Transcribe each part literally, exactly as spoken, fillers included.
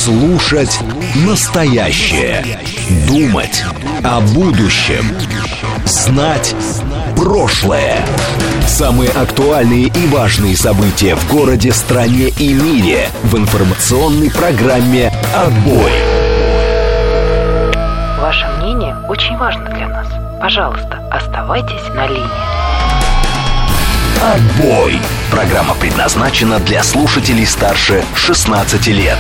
Слушать настоящее. Думать о будущем. Знать прошлое. Самые актуальные и важные события в городе, стране и мире в информационной программе «Отбой». Ваше мнение очень важно для нас. Пожалуйста, оставайтесь на линии. «Отбой». Программа предназначена для слушателей старше шестнадцати лет.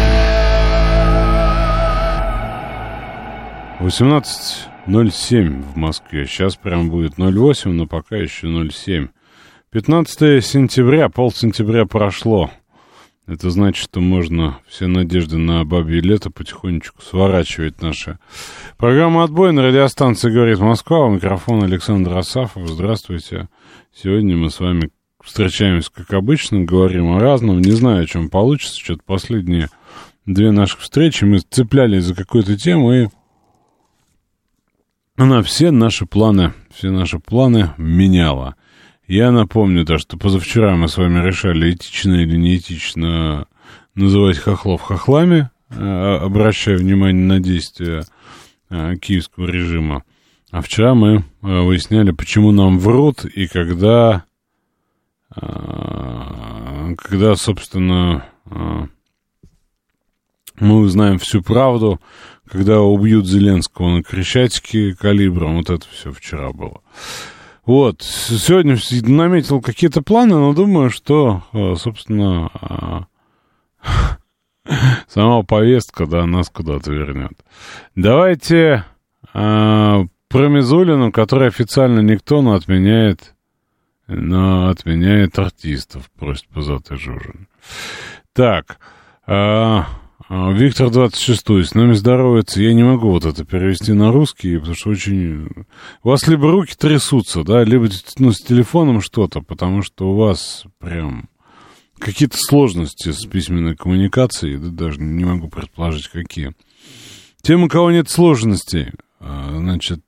восемнадцать ноль семь в Москве. Сейчас прям будет ноль восемь, но пока еще ноль семь. пятнадцатое сентября, полсентября прошло. Это значит, что можно все надежды на бабье лето потихонечку сворачивать наши. Программа «Отбой» на радиостанции «Говорит Москва». У микрофона Александр Асафов. Здравствуйте. Сегодня мы с вами встречаемся, как обычно, говорим о разном. Не знаю, о чем получится. Что-то последние две наших встречи мы цеплялись за какую-то тему, и она все наши планы, все наши планы меняла. Я напомню, то, что позавчера мы с вами решали, этично или неэтично называть хохлов хохлами, обращая внимание на действия киевского режима. А вчера мы выясняли, почему нам врут, и когда, когда, собственно, мы узнаем всю правду, когда убьют Зеленского на Крещатике калибром. Вот это все вчера было. Вот. Сегодня наметил какие-то планы, но думаю, что, собственно, сама повестка, да, нас куда-то вернет. Давайте про Мизулину, который официально никто, но отменяет, но отменяет артистов, просит Пузатый Жужин. Так, Виктор двадцать шестой, с нами здоровается. Я не могу вот это перевести на русский, потому что очень... У вас либо руки трясутся, да, либо ну, с телефоном что-то, потому что у вас прям какие-то сложности с письменной коммуникацией, да, даже не могу предположить, какие. Тем, у кого нет сложностей, значит,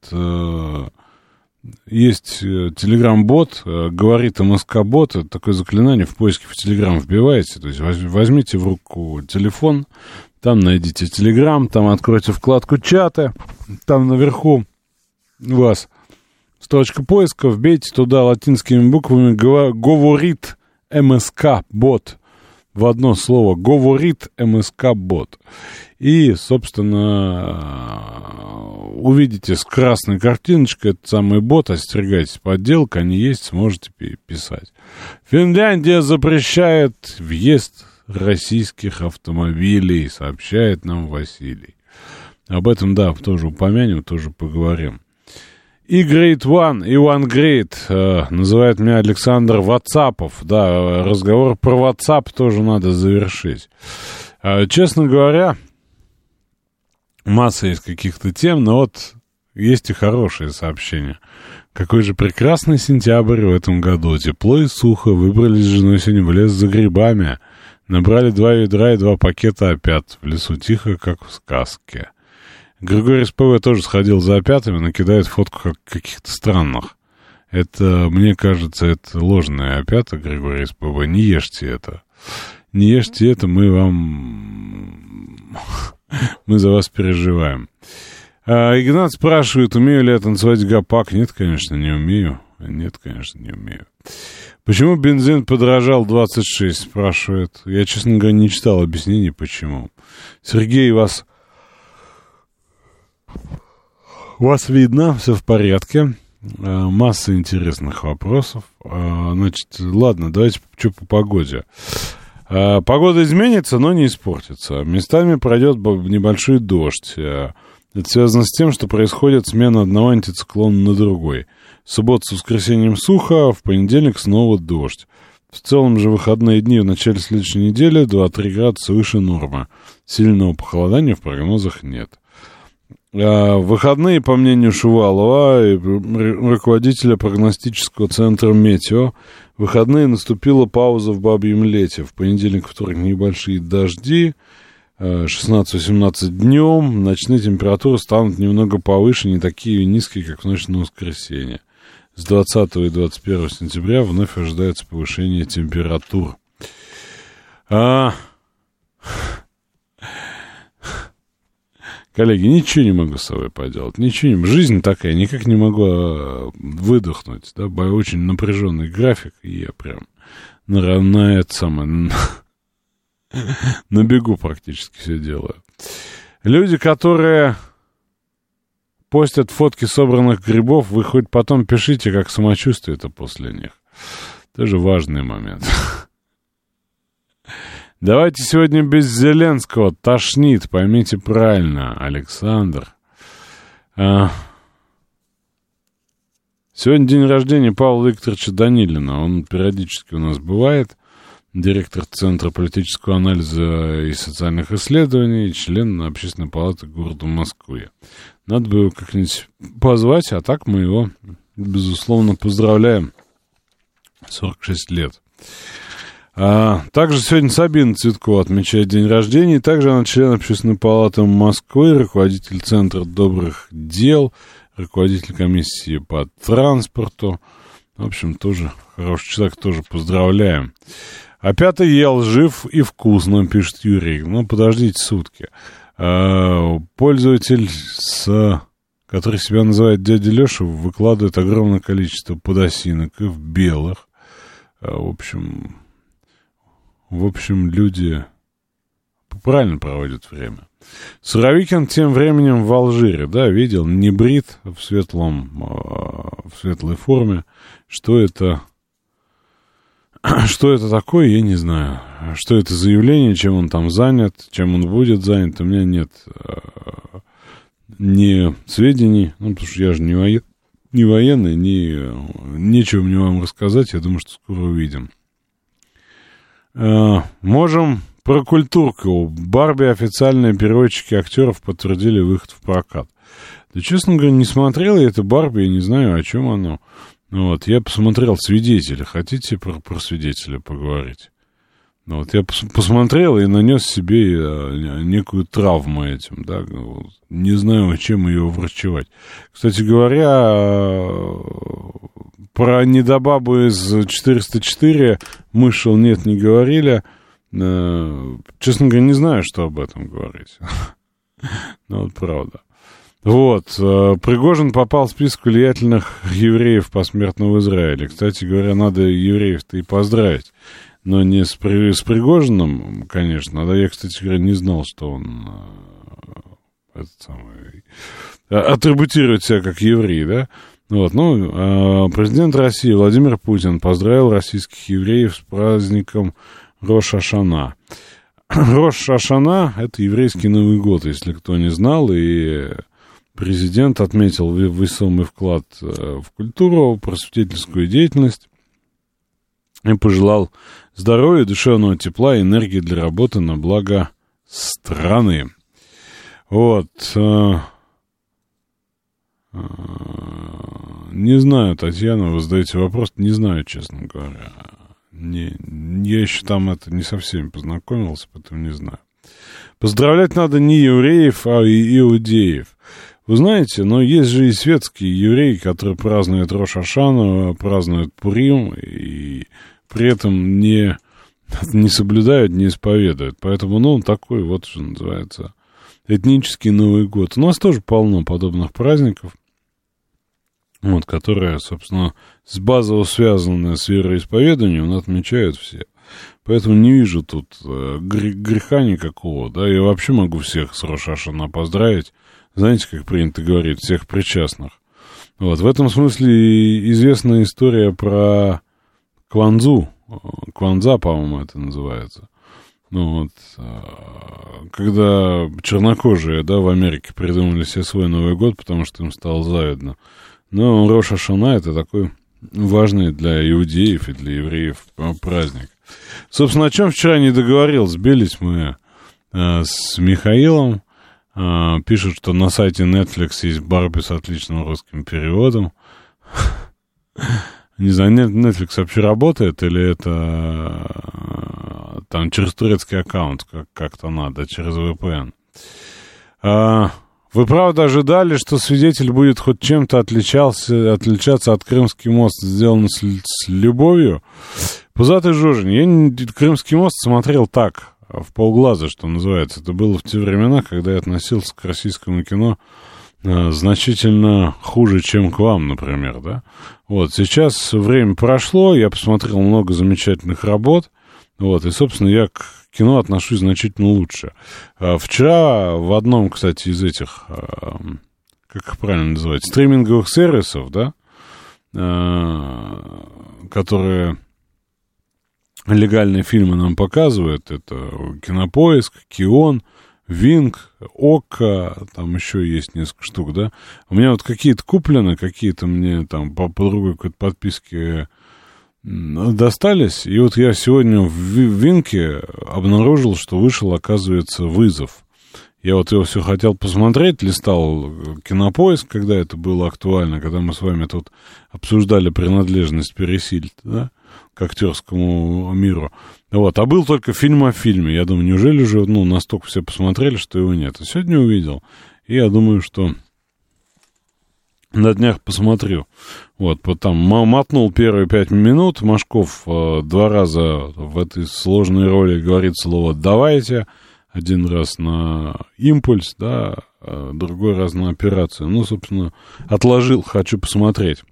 есть телеграм-бот, говорит МСК-бот, это такое заклинание, в поиске в телеграм вбиваете, то есть возьмите в руку телефон, там найдите телеграм, там откройте вкладку чаты, там наверху у вас строчка поиска, вбейте туда латинскими буквами «Говорит МСК-бот». В одно слово «Говорит МСК-бот». И, собственно, увидите с красной картиночкой этот самый бот, остерегайтесь подделок, они есть, сможете писать. Финляндия запрещает въезд российских автомобилей, сообщает нам Василий. Об этом, да, тоже упомянем, тоже поговорим. И Great One, и One Great, э, называет меня Александр Ватсапов. Да, разговор про WhatsApp тоже надо завершить. Э, честно говоря, масса есть каких-то тем, но вот есть и хорошие сообщения. Какой же прекрасный сентябрь в этом году. Тепло и сухо. Выбрались с женой сегодня в лес за грибами. Набрали два ведра и два пакета опят. В лесу тихо, как в сказке. Григорий СПВ тоже сходил за опятами, но кидает фотку как каких-то странных. Это, мне кажется, это ложные опята, Григорий СПВ. Не ешьте это. Не ешьте это, мы вам... Мы за вас переживаем. А, Игнат спрашивает, умею ли я танцевать гопак. Нет, конечно, не умею. Нет, конечно, не умею. Почему бензин подорожал двадцать шесть, спрашивает. Я, честно говоря, не читал объяснений, почему. Сергей, вас... Вас видно, все в порядке. А, масса интересных вопросов. А, значит, ладно, давайте что по погоде. А, погода изменится, но не испортится. Местами пройдет небольшой дождь. Это связано с тем, что происходит смена одного антициклона на другой. В субботу с воскресеньем сухо, в понедельник снова дождь. В целом же выходные дни в начале следующей недели два-три градуса выше нормы. Сильного похолодания в прогнозах нет. А выходные, по мнению Шувалова и руководителя прогностического центра «Метео», выходные наступила пауза в бабьем лете. В понедельник, вторник небольшие дожди, шестнадцать-восемнадцать днем, ночные температуры станут немного повыше, не такие низкие, как в ночь на воскресенье. С двадцатого и двадцать первого сентября вновь ожидается повышение температур. А... Коллеги, ничего не могу с собой поделать, ничего не... Жизнь такая, никак не могу выдохнуть, да, очень напряженный график, и я прям на, на это самое, на, на бегу практически все делаю. Люди, которые постят фотки собранных грибов, вы хоть потом пишите, как самочувствие-то после них. Тоже важный момент. Давайте сегодня без Зеленского. Тошнит, поймите правильно, Александр. А... Сегодня день рождения Павла Викторовича Данилина. Он периодически у нас бывает. Директор Центра политического анализа и социальных исследований, член Общественной палаты города Москвы. Надо бы его как-нибудь позвать, а так мы его, безусловно, поздравляем. сорок шесть лет. А, также сегодня Сабина Цветкова отмечает день рождения. И также она член Общественной палаты Москвы, руководитель Центра добрых дел, руководитель комиссии по транспорту. В общем, тоже хороший человек, тоже поздравляем. Опять ел, жив и вкусно, пишет Юрий. Ну, подождите сутки. А, пользователь, с, который себя называет дядя Леша, выкладывает огромное количество подосинок и в белых. А, в общем... В общем, люди правильно проводят время. Суровикин тем временем в Алжире, да, видел, не брит, в светлом, в светлой форме. Что это, что это такое, я не знаю. Что это за явление, чем он там занят, чем он будет занят, у меня нет ни сведений, ну, потому что я же не, воен, не военный, ни, нечего мне вам рассказать, я думаю, что скоро увидим. Uh, можем про культурку. Барби официальные переводчики актеров подтвердили выход в прокат. Да, честно говоря, не смотрел я это Барби, я не знаю, о чем оно. Вот, я посмотрел «Свидетеля». Хотите про, про «Свидетеля» поговорить? Вот, я пос- посмотрел и нанес себе uh, некую травму этим, да, вот, не знаю, чем ее врачевать. Кстати говоря, uh, про недобабу из четыреста четыре «Мышел нет» не говорили. Честно говоря, не знаю, что об этом говорить. Ну, вот правда. Вот. Пригожин попал в список влиятельных евреев посмертно в Израиле. Кстати говоря, надо евреев-то и поздравить. Но не с, При... с Пригожиным, конечно. А я, кстати говоря, не знал, что он этот самый, атрибутирует себя как еврей, да? Вот, ну, президент России Владимир Путин поздравил российских евреев с праздником Рош ха-Шана. Рош ха-Шана — это еврейский Новый год, если кто не знал, и президент отметил весомый вклад в культуру, просветительскую деятельность и пожелал здоровья, душевного тепла и энергии для работы на благо страны. Вот. Не знаю, Татьяна, вы задаете вопрос, не знаю, честно говоря. Не, я еще там это не со всеми познакомился, поэтому не знаю. Поздравлять надо не евреев, а и иудеев. Вы знаете, но есть же и светские евреи, которые празднуют Рош ха-Шану, празднуют Пурим, и при этом не, не соблюдают, не исповедуют. Поэтому, ну, он такой вот, что называется, этнический Новый год. У нас тоже полно подобных праздников. Вот, которые, собственно, с базово связаны с вероисповеданием, отмечают все. Поэтому не вижу тут э, греха никакого, да, я вообще могу всех с Рош ха-Шана поздравить, знаете, как принято говорить, всех причастных. Вот, в этом смысле известная история про Кванзу, Кванза, по-моему, это называется. Ну вот, э, когда чернокожие, да, в Америке придумали себе свой Новый год, потому что им стало завидно. Но Рош ха-Шана — это такой важный для иудеев и для евреев праздник. Собственно, о чем вчера не договорил, сбились мы э, с Михаилом. Э, пишут, что на сайте Netflix есть Барби с отличным русским переводом. Не знаю, Netflix вообще работает или это э, там через турецкий аккаунт как- как-то надо, через ви пи эн. Э, Вы правда ожидали, что «Свидетель» будет хоть чем-то отличался, отличаться от «Крымский мост», сделанный с, с любовью? Пузатый Жожин, я не, «Крымский мост» смотрел так, в полглаза, что называется. Это было в те времена, когда я относился к российскому кино а, значительно хуже, чем к вам, например, да. Вот, сейчас время прошло, я посмотрел много замечательных работ, вот, и, собственно, я к кино отношусь значительно лучше. А, вчера в одном, кстати, из этих, а, как их правильно называть, стриминговых сервисов, да, а, которые легальные фильмы нам показывают, это Кинопоиск, Кион, Винг, Окко, там еще есть несколько штук, да. У меня вот какие-то куплены, какие-то мне там по, по другой какой-то подписке достались, и вот я сегодня в Винке обнаружил, что вышел, оказывается, «Вызов». Я вот его все хотел посмотреть, листал Кинопоиск, когда это было актуально, когда мы с вами тут обсуждали принадлежность Пересильд, да, к актерскому миру. Вот, а был только фильм о фильме. Я думаю, неужели же, ну, настолько все посмотрели, что его нет. А сегодня увидел. И я думаю, что на днях посмотрю. Вот, там мотнул первые пять минут. Машков э, два раза в этой сложной роли говорит слово «давайте». Один раз на импульс, да, а другой раз на операцию. Ну, собственно, отложил, хочу посмотреть.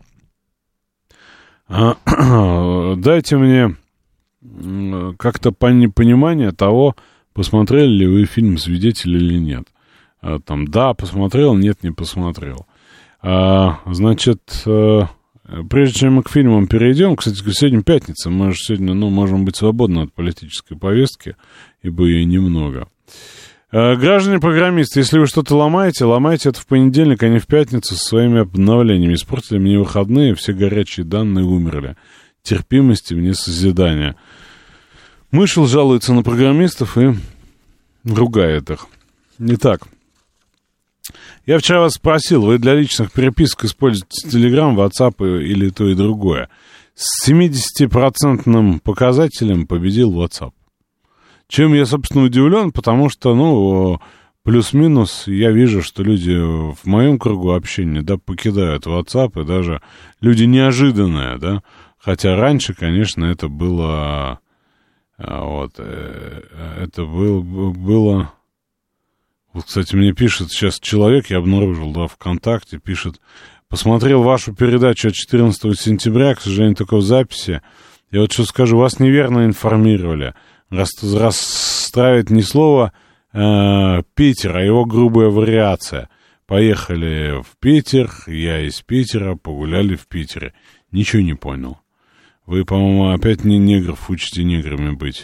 Дайте мне как-то понимание того, посмотрели ли вы фильм «Свидетель» или нет. Там, да, посмотрел, нет, не посмотрел. А, значит, прежде чем мы к фильмам перейдем, кстати, сегодня пятница, мы же сегодня, ну, можем быть свободны от политической повестки, ибо ее немного. Граждане-программисты, если вы что-то ломаете, ломайте это в понедельник, а не в пятницу со своими обновлениями. Испортили мне выходные, все горячие данные умерли. Терпимости вне созидания. Мышел жалуется на программистов и ругает их. Итак, я вчера вас спросил, вы для личных переписок используете Telegram, WhatsApp или то и другое. С семидесятипроцентным показателем победил WhatsApp. Чем я, собственно, удивлен, потому что, ну, плюс-минус я вижу, что люди в моем кругу общения, да, покидают WhatsApp, и даже люди неожиданные, да, хотя раньше, конечно, это было, вот, это был, было, вот, кстати, мне пишет сейчас человек, я обнаружил, да, ВКонтакте, пишет, посмотрел вашу передачу от четырнадцатого сентября, к сожалению, только в записи, я вот что скажу, вас неверно информировали. Расстраивает не слово э, Питер, а его грубая вариация. Поехали в Питер, я из Питера, погуляли в Питере. Ничего не понял. Вы, по-моему, опять не негров учите неграми быть.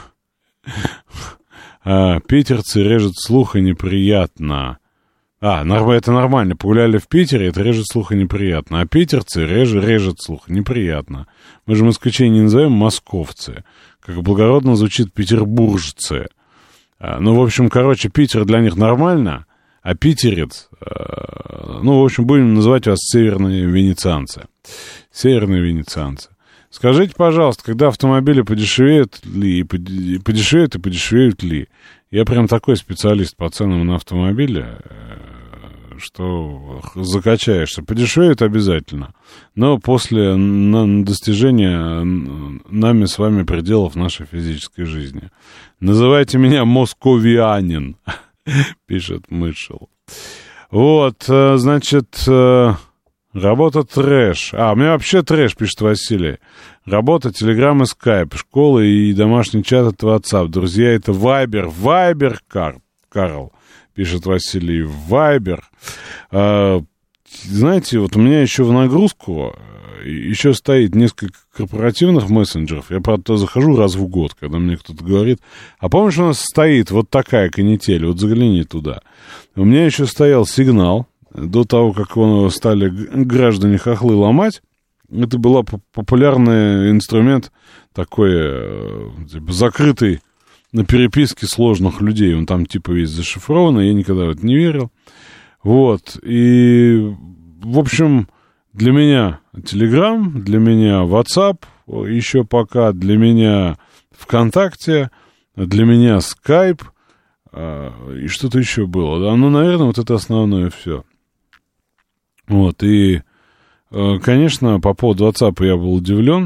А, питерцы режут слух и неприятно. А, это нормально. Погуляли в Питере, это режет слух и неприятно. А питерцы режут, режут слух. Неприятно. Мы же москвичей не назовем московцы. Как благородно звучит петербуржцы. А, ну, в общем, короче, Питер для них нормально, а питерец, а, ну, в общем, будем называть вас северные венецианцы. Северные венецианцы. Скажите, пожалуйста, когда автомобили подешевеют ли, и подешевеют и подешевеют ли? Я прям такой специалист по ценам на автомобили, что закачаешься. Подешевеют обязательно, но после на, достижения нами с вами пределов нашей физической жизни. Называйте меня московианин, пишет Мышел. Вот, значит, работа трэш. А, у меня вообще трэш, пишет Василий. Работа, телеграм и скайп, школа и домашний чат — это WhatsApp. Друзья, это Вайбер. Вайбер, Кар... Карл, пишет Василий. Вайбер. А, знаете, вот у меня еще в нагрузку еще стоит несколько корпоративных мессенджеров. Я, правда, захожу раз в год, когда мне кто-то говорит, а помнишь, у нас стоит вот такая канитель, вот загляни туда. У меня еще стоял Сигнал. До того, как его стали граждане хохлы ломать, это был популярный инструмент, такой типа, закрытый на переписке сложных людей. Он там типа весь зашифрованный, я никогда в это не верил. Вот, и, в общем, для меня Telegram, для меня WhatsApp, еще пока для меня ВКонтакте, для меня Skype, и что-то еще было. Да? Ну, наверное, вот это основное все. Вот, и, конечно, по поводу WhatsApp я был удивлен.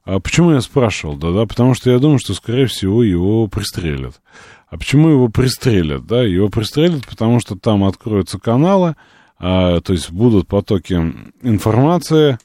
А почему я спрашивал? Да, да, потому что я думаю, что, скорее всего, его пристрелят. А почему его пристрелят? Да, его пристрелят, потому что там откроются каналы, а, то есть будут потоки информации,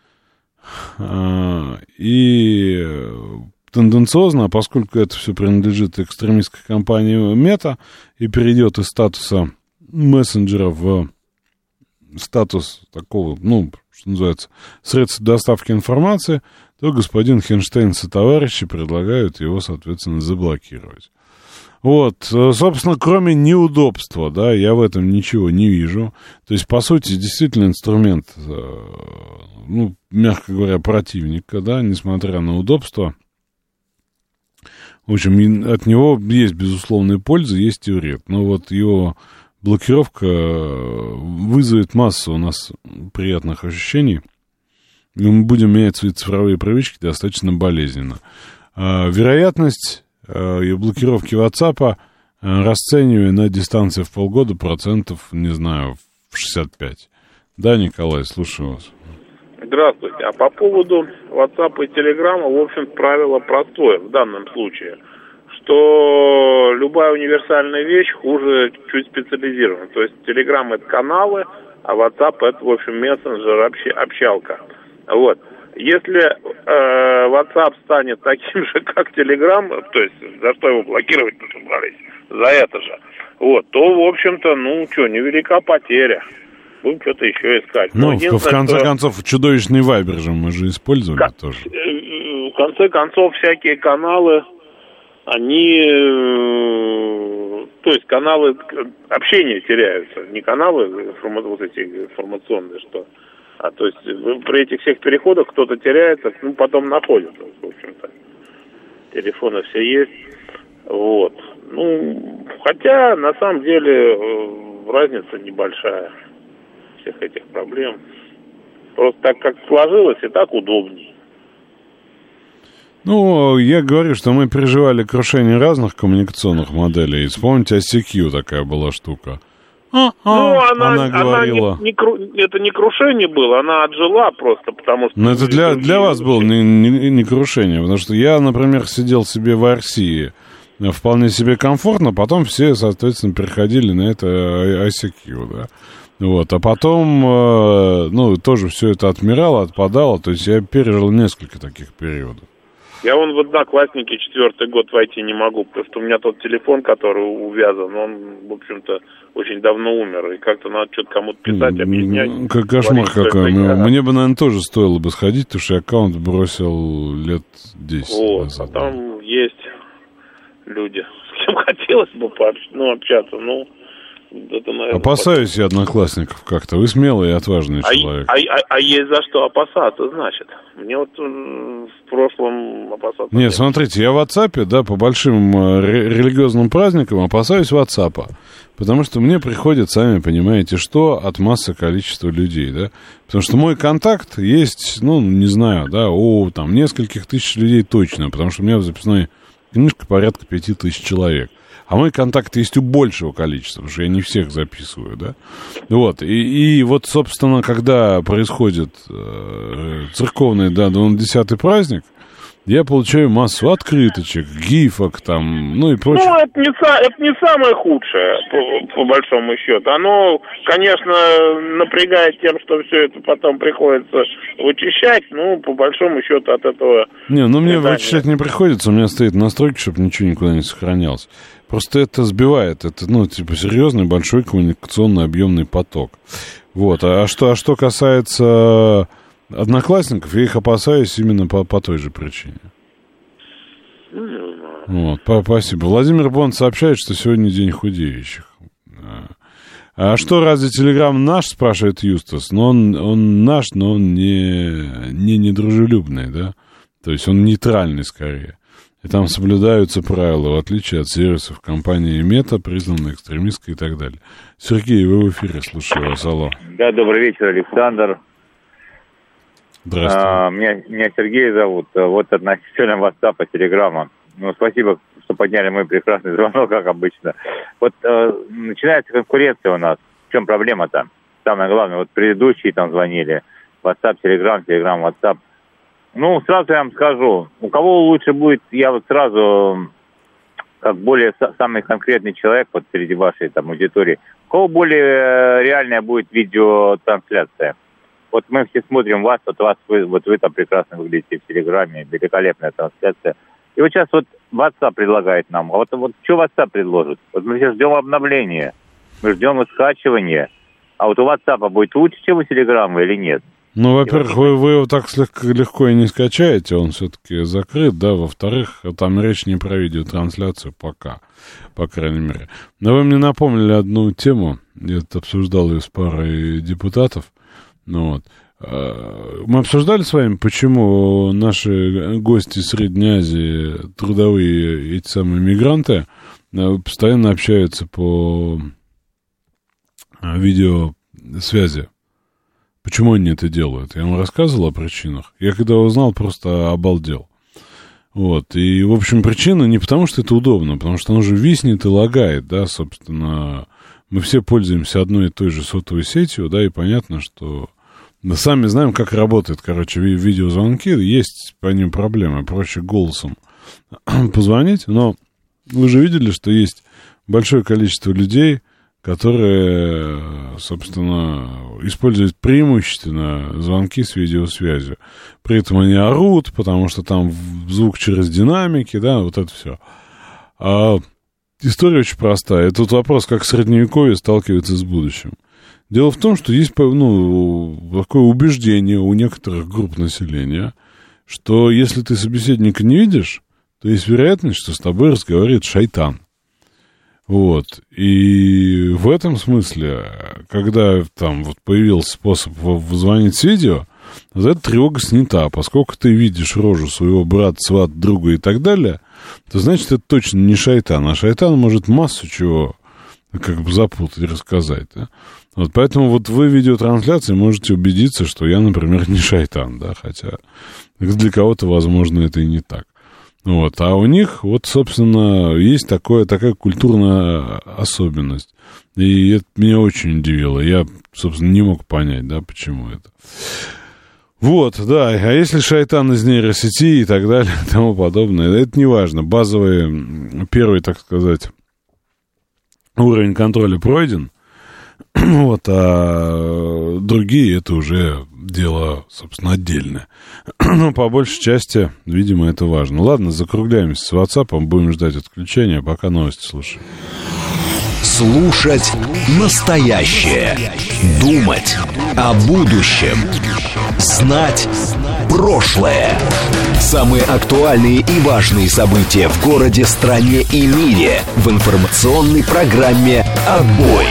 а, и тенденциозно, поскольку это все принадлежит экстремистской компании Мета и перейдет из статуса мессенджера в статус такого, ну, что называется, средств доставки информации, то господин Хинштейн и товарищи предлагают его, соответственно, заблокировать. Вот, собственно, кроме неудобства, да, я в этом ничего не вижу. То есть, по сути, действительно инструмент, ну, мягко говоря, противника, да, несмотря на удобство. В общем, от него есть безусловная польза, есть и вред. Но вот его блокировка вызовет массу у нас приятных ощущений. И мы будем менять свои цифровые привычки достаточно болезненно. Вероятность блокировки WhatsApp расцениваю на дистанции в полгода процентов, не знаю, в шестьдесят пять. Да, Николай, слушаю вас. Здравствуйте. А по поводу WhatsApp и Telegram, в общем, правило простое в данном случае, что любая универсальная вещь хуже чуть специализирована. То есть Telegram это каналы, а WhatsApp это, в общем, мессенджер, общалка. Вот. Если э, WhatsApp станет таким же, как Telegram, то есть за что его блокировать собрались, за это же, вот, то, в общем-то, ну, что, невелика потеря. Будем что-то еще искать. Ну, в, в конце что... концов, чудовищный вайбер же мы же использовали К... тоже. В конце концов, всякие каналы, они, то есть каналы общения теряются, не каналы вот эти информационные, что, а то есть при этих всех переходах кто-то теряется, ну, потом находит, в общем-то. Телефоны все есть, вот. Ну, хотя, на самом деле, разница небольшая всех этих проблем. Просто так, как сложилось, и так удобнее. Ну, я говорю, что мы переживали крушение разных коммуникационных моделей. Вспомните, ай си кью такая была штука. А, ну, а, она, она говорила... Она не, не, это не крушение было, она отжила просто, потому что... Но это для, для вас было не, не, не крушение, потому что я, например, сидел себе в России вполне себе комфортно, потом все, соответственно, переходили на это ай си кью, да. Вот, а потом, ну, тоже все это отмирало, отпадало, то есть я пережил несколько таких периодов. Я вон в Одноклассники четвертый год войти не могу, потому что у меня тот телефон, который увязан, он, в общем-то, очень давно умер, и как-то надо что-то кому-то писать, объяснять. Как кошмар какой. Мне бы, наверное, тоже стоило бы сходить, потому что я аккаунт бросил лет десять вот, назад. А там есть люди, с кем хотелось бы пообщ... ну, общаться, ну... Это, наверное, опасаюсь потом. Я одноклассников как-то. Вы смелый и отважный а, человек. А, а, а есть за что опасаться, значит. Мне вот в прошлом опасаться... Нет, смотрите, я в WhatsApp, да, по большим ре- религиозным праздникам опасаюсь WhatsApp. Потому что мне приходит, сами понимаете, что от массы количества людей, да. Потому что мой контакт есть, ну, не знаю, да, у там нескольких тысяч людей точно. Потому что у меня в записной книжке порядка пяти тысяч человек. А мои контакты есть у большего количества, потому что я не всех записываю, да. Вот, и, и вот, собственно, когда происходит э, церковный, да, двадцатый праздник, я получаю массу открыточек, гифок там, ну и прочее. Ну, это не, это не самое худшее, по, по большому счету. Оно, конечно, напрягает тем, что все это потом приходится вычищать, ну, по большому счету от этого... Не, ну мне вычищать не приходится, у меня стоит настройка, чтобы ничего никуда не сохранялось. Просто это сбивает, это, ну, типа, серьезный, большой коммуникационный объемный поток. Вот, а что, а что касается одноклассников, я их опасаюсь именно по, по той же причине. Вот, спасибо. Владимир Бонд сообщает, что сегодня день худеющих. А что, разве Телеграм наш, спрашивает Юстас? Но он, он наш, но он не, не недружелюбный, да? То есть он нейтральный скорее. И там соблюдаются правила, в отличие от сервисов компании Мета, признанной экстремистской и так далее. Сергей, вы в эфире, слушаю вас, алло. Да, добрый вечер, Александр. Здравствуйте. А, меня, меня Сергей зовут. Вот относительно WhatsApp и Телеграма. Ну, спасибо, что подняли мой прекрасный звонок, как обычно. Вот э, начинается конкуренция у нас. В чем проблема-то? Самое главное, вот предыдущие там звонили. WhatsApp, Telegram, Telegram, WhatsApp. Ну, сразу я вам скажу, у кого лучше будет, я вот сразу, как более самый конкретный человек вот среди вашей там аудитории, у кого более реальная будет видеотрансляция. Вот мы все смотрим вас, вот вас вы, вот вы там прекрасно выглядите в Телеграме, великолепная трансляция. И вот сейчас вот WhatsApp предлагает нам. А вот, вот что WhatsApp предложит? Вот мы сейчас ждем обновления, мы ждем скачивания. А вот у WhatsApp будет лучше, чем у Телеграма или нет? Ну, во-первых, вы, вы его так слегка, легко и не скачаете, он все-таки закрыт, да, во-вторых, там речь не про видеотрансляцию пока, по крайней мере. Но вы мне напомнили одну тему, я обсуждал ее с парой депутатов, ну вот. Мы обсуждали с вами, почему наши гости из Средней Азии, трудовые эти самые мигранты, постоянно общаются по видеосвязи. Почему они это делают? Я вам рассказывал о причинах. Я когда узнал, просто обалдел. Вот. И, в общем, причина не потому, что это удобно, потому что оно же виснет и лагает, да, собственно. Мы все пользуемся одной и той же сотовой сетью, да, и понятно, что... Мы сами знаем, как работает, короче, ви- видеозвонки. Есть по ним проблемы. Проще голосом позвонить. Но вы же видели, что есть большое количество людей, которые, собственно, используют преимущественно звонки с видеосвязью. При этом они орут, потому что там звук через динамики, да, вот это все. А история очень простая. Это вот вопрос, как средневековье сталкивается с будущим. Дело в том, что есть, ну, такое убеждение у некоторых групп населения, что если ты собеседника не видишь, то есть вероятность, что с тобой разговаривает шайтан. Вот. И в этом смысле, когда там вот появился способ звонить с видео, вот эта тревога снята. Поскольку ты видишь рожу своего брата, свата, друга и так далее, то значит, это точно не шайтан. А шайтан может массу чего как бы запутать и рассказать, да? Вот поэтому вот вы в видеотрансляции можете убедиться, что я, например, не шайтан, да, хотя для кого-то, возможно, это и не так. Вот, а у них, вот, собственно, есть такое, такая культурная особенность. И это меня очень удивило. Я, собственно, не мог понять, да, почему это. Вот, да, а если шайтан из нейросети и так далее, и тому подобное, это не важно. Базовый, первый, так сказать, уровень контроля пройден. Вот, а другие это уже дело, собственно, отдельное. Но по большей части, видимо, это важно. Ладно, закругляемся с WhatsApp, будем ждать отключения, пока новости слушаем. Слушать настоящее. Думать о будущем. Знать прошлое. Самые актуальные и важные события в городе, стране и мире в информационной программе «Отбой».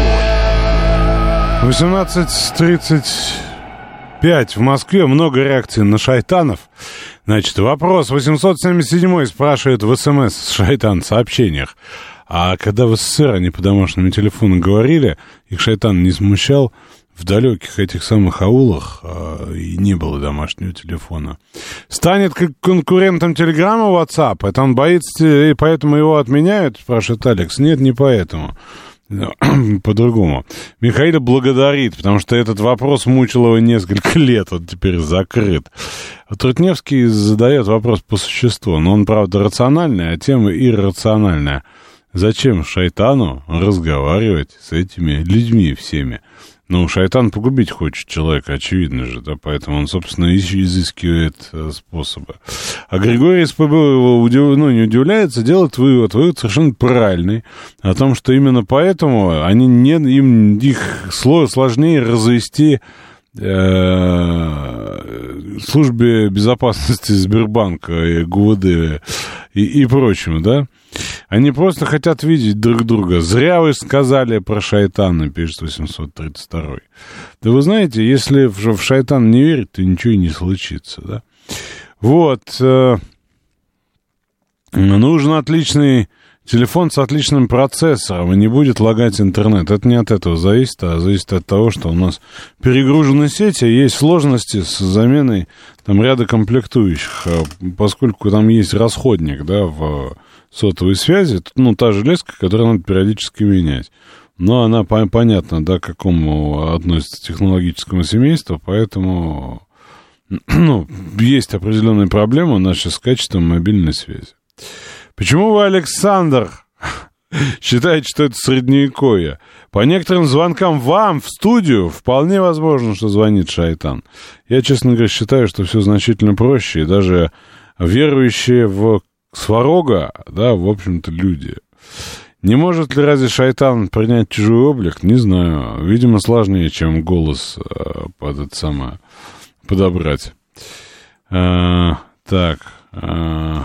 восемнадцать тридцать пять в Москве. Много реакций на шайтанов. Значит, вопрос восемьсот семьдесят семь спрашивает в СМС шайтан в сообщениях. А когда в СССР они по домашнему телефону говорили, их шайтан не смущал, в далеких этих самых аулах а, и не было домашнего телефона. Станет как конкурентом Телеграма WhatsApp, это он боится, и поэтому его отменяют, спрашивает Алекс. Нет, не поэтому. По-другому. Михаил благодарит, потому что этот вопрос мучил его несколько лет, вот теперь закрыт. Трутневский задает вопрос по существу, но он, правда, рациональный, а тема иррациональная. Зачем шайтану разговаривать с этими людьми всеми? Ну, шайтан погубить хочет человека, очевидно же, да, поэтому он, собственно, изыскивает способы. А Григорий из ПБ его удив... ну, не удивляется, делает вывод, вывод совершенно правильный, о том, что именно поэтому они не, им их сложнее развести э, службе безопасности Сбербанка и ГУВД и, и прочему, да. Они просто хотят видеть друг друга. Зря вы сказали про шайтана, пишет восемьсот тридцать два. Да вы знаете, если в шайтан не верить, то ничего и не случится, да? Вот. Э, нужен отличный телефон с отличным процессором, и не будет лагать интернет. Это не от этого зависит, а зависит от того, что у нас перегружены сети, есть сложности с заменой там ряда комплектующих, поскольку там есть расходник, да, в сотовой связи, ну, та железка, которую надо периодически менять. Но она, понятно, да, к какому относится технологическому семейству, поэтому ну, есть определенные проблемы у нас сейчас с качеством мобильной связи. Почему вы, Александр, считаете, что это средневековье? По некоторым звонкам вам в студию вполне возможно, что звонит шайтан. Я, честно говоря, считаю, что все значительно проще, и даже верующие в Сварога, да, в общем-то, люди. Не может ли разве шайтан принять чужой облик? Не знаю. Видимо, сложнее, чем голос э, под это самое подобрать. А, так. А,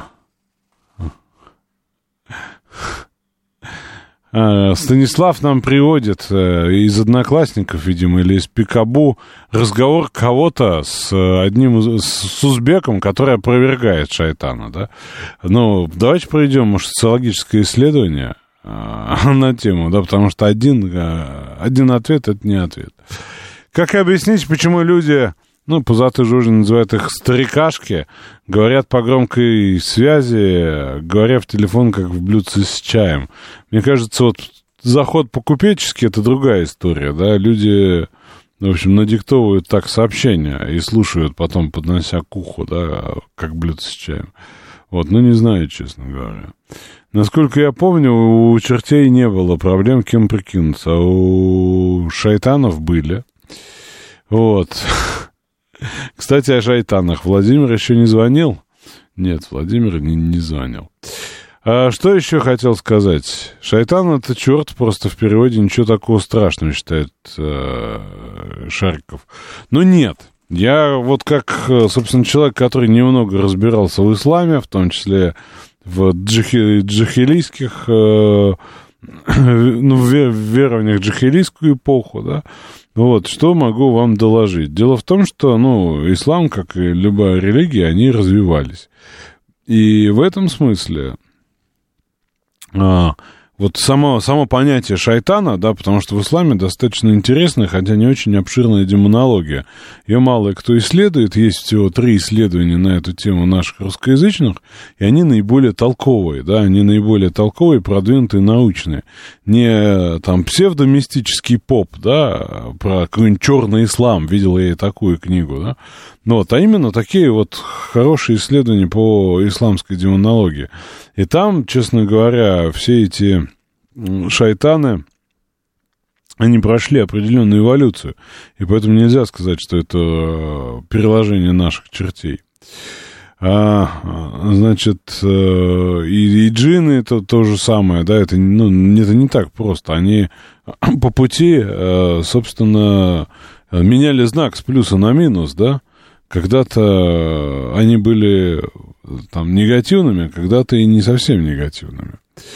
а, Станислав нам приводит э, из Одноклассников, видимо, или из Пикабу разговор кого-то с одним из, с узбеком, который опровергает шайтана, да? Ну, давайте проведем, может, социологическое исследование на тему, да, потому что один, один ответ — это не ответ. Как объяснить, почему люди, ну, пузатые жужи называют их старикашки, говорят по громкой связи, говоря в телефон, как в блюдце с чаем? Мне кажется, вот заход по-купечески — это другая история, да, люди, в общем, надиктовывают так сообщения и слушают потом, поднося к уху, да, как блюдце с чаем. Вот, ну, не знаю, честно говоря. Насколько я помню, у чертей не было проблем, кем прикинуться, а у шайтанов были. Вот. Кстати, о шайтанах. Владимир еще не звонил? Нет, Владимир не, не звонил. А что еще хотел сказать? Шайтан — это черт, просто в переводе ничего такого страшного, считает э, Шариков. Но нет. Я вот как, собственно, человек, который немного разбирался в исламе, в том числе в джихи, джихилийских, э, ну, в верованиях джихилийскую эпоху, да, вот, что могу вам доложить? Дело в том, что, ну, ислам, как и любая религия, они развивались. И в этом смысле а, вот само, само понятие шайтана, да, потому что в исламе достаточно интересная, хотя не очень обширная демонология. Ее мало кто исследует, есть всего три исследования на эту тему наших русскоязычных, и они наиболее толковые, да, они наиболее толковые, продвинутые, научные. Не там псевдомистический поп, да, про какой-нибудь черный ислам, видел я и такую книгу, да, вот, а именно такие вот хорошие исследования по исламской демонологии. И там, честно говоря, все эти шайтаны, они прошли определенную эволюцию. И поэтому нельзя сказать, что это переложение наших чертей. А, значит, и, и джинны это то же самое, да, это, ну, это не так просто. Они по пути, собственно, меняли знак с плюса на минус, да. Когда-то они были там негативными, когда-то и не совсем негативными.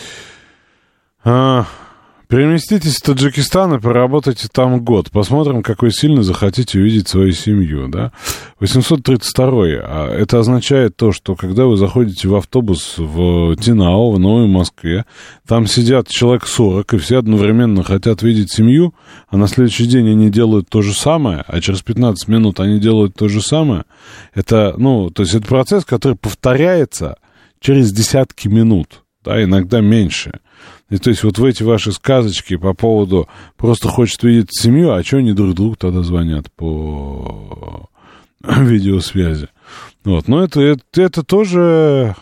А, переместитесь в Таджикистан и поработайте там год. Посмотрим, какой сильно захотите увидеть свою семью, да. восемьсот тридцать второй. А это означает то, что когда вы заходите в автобус в Тинао, в Новой Москве, там сидят человек сорок, и все одновременно хотят видеть семью, а на следующий день они делают то же самое, а через пятнадцать минут они делают то же самое. Это, ну, то есть это процесс, который повторяется через десятки минут, да, иногда меньше. И то есть вот в эти ваши сказочки по поводу просто хочет видеть семью, а что они друг другу тогда звонят по видеосвязи. Вот, но это, это, это тоже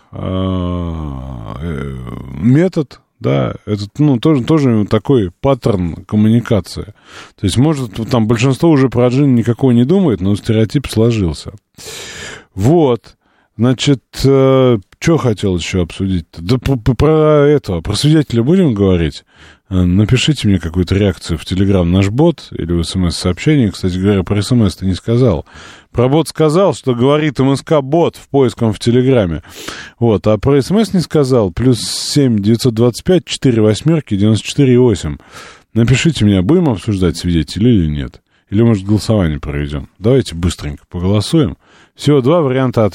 э, метод, да, это, ну, тоже, тоже такой паттерн коммуникации. То есть, может, там большинство уже про джин никакого не думает, но стереотип сложился. Вот. Значит, э, что хотел еще обсудить-то? Да про, про этого, про свидетеля будем говорить? Э, напишите мне какую-то реакцию в Телеграм наш бот или в СМС-сообщении. Кстати говоря, про СМС ты не сказал. Про бот сказал, что говорит МСК-бот в поиском в Телеграме. Вот, а про СМС не сказал. Плюс семь девятьсот двадцать пять четыре восьмерки девяносто четыре восемь. Напишите мне, будем обсуждать свидетелей или нет? Или, может, голосование проведем? Давайте быстренько поголосуем. Всего два варианта ответа.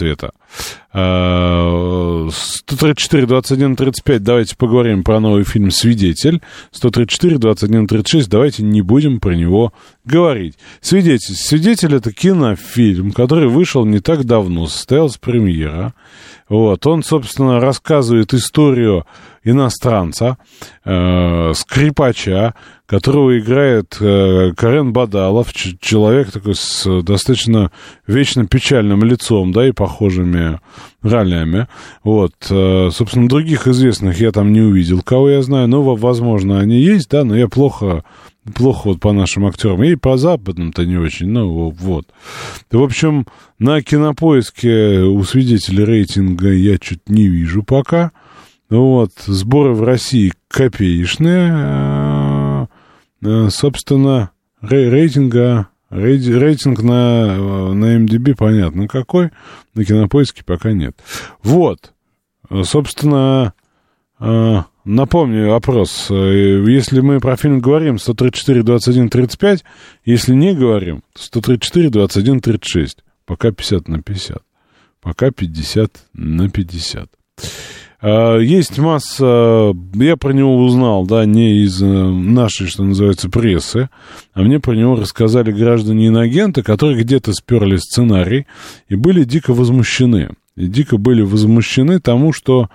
сто тридцать четыре двадцать один тридцать пять, давайте поговорим про новый фильм «Свидетель». сто тридцать четыре двадцать один тридцать шесть, давайте не будем про него говорить. «Свидетель». «Свидетель» — это кинофильм, который вышел не так давно, состоялась премьера. Вот. Он, собственно, рассказывает историю иностранца, э, скрипача, которого играет э, Карен Бадалов, ч- человек такой с достаточно вечно печальным лицом, да, и похожими ролями. Вот. Э, собственно, других известных я там не увидел, кого я знаю, но, возможно, они есть, да, но я плохо... Плохо вот по нашим актерам. И по западным-то не очень. Ну, вот. В общем, на Кинопоиске у «Свидетелей» рейтинга я чуть не вижу пока. Вот. Сборы в России копеечные. Собственно, рейтинга... Рейтинг на, на эм ди би понятно какой. На Кинопоиске пока нет. Вот. Собственно... Напомню опрос. Если мы про фильм говорим, сто тридцать четыре двадцать один тридцать пять. Если не говорим, сто тридцать четыре двадцать один тридцать шесть. Пока пятьдесят на пятьдесят. Пока пятьдесят на пятьдесят. Есть масса... Я про него узнал, да, не из нашей, что называется, прессы, а мне про него рассказали граждане-инагенты, которые где-то сперли сценарий и были дико возмущены. И дико были возмущены тому, что...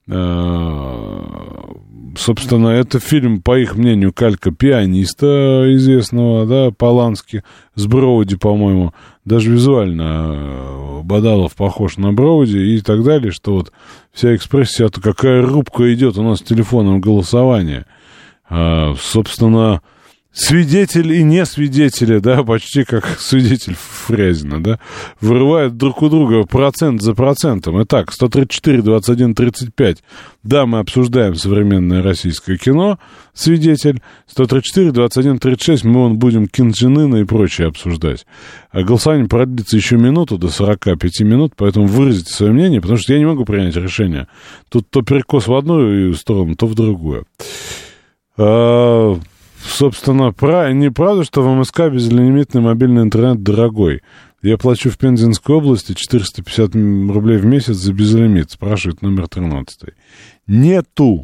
Собственно, это фильм, по их мнению, калька «Пианиста» известного, да, Полански, с Броуди, по-моему. Даже визуально Бадалов похож на Броуди и так далее, что вот вся экспрессия, то какая рубка идет у нас с телефоном голосования. А, собственно, свидетель и не свидетели, да, почти как свидетель Фрязина, да, вырывают друг у друга процент за процентом. Итак, сто тридцать четыре двадцать один тридцать пять. Да, мы обсуждаем современное российское кино, «Свидетель». сто тридцать четыре двадцать один тридцать шесть, мы вон будем Кин Чен Ына и прочее обсуждать. А голосование продлится еще минуту, до сорок пять минут, поэтому выразите свое мнение, потому что я не могу принять решение. Тут то перекос в одну сторону, то в другую. А... Собственно, про... неправда, что в эм эс ка безлимитный мобильный интернет дорогой. Я плачу в Пензенской области четыреста пятьдесят рублей в месяц за безлимит, спрашивает номер тринадцать. Нету,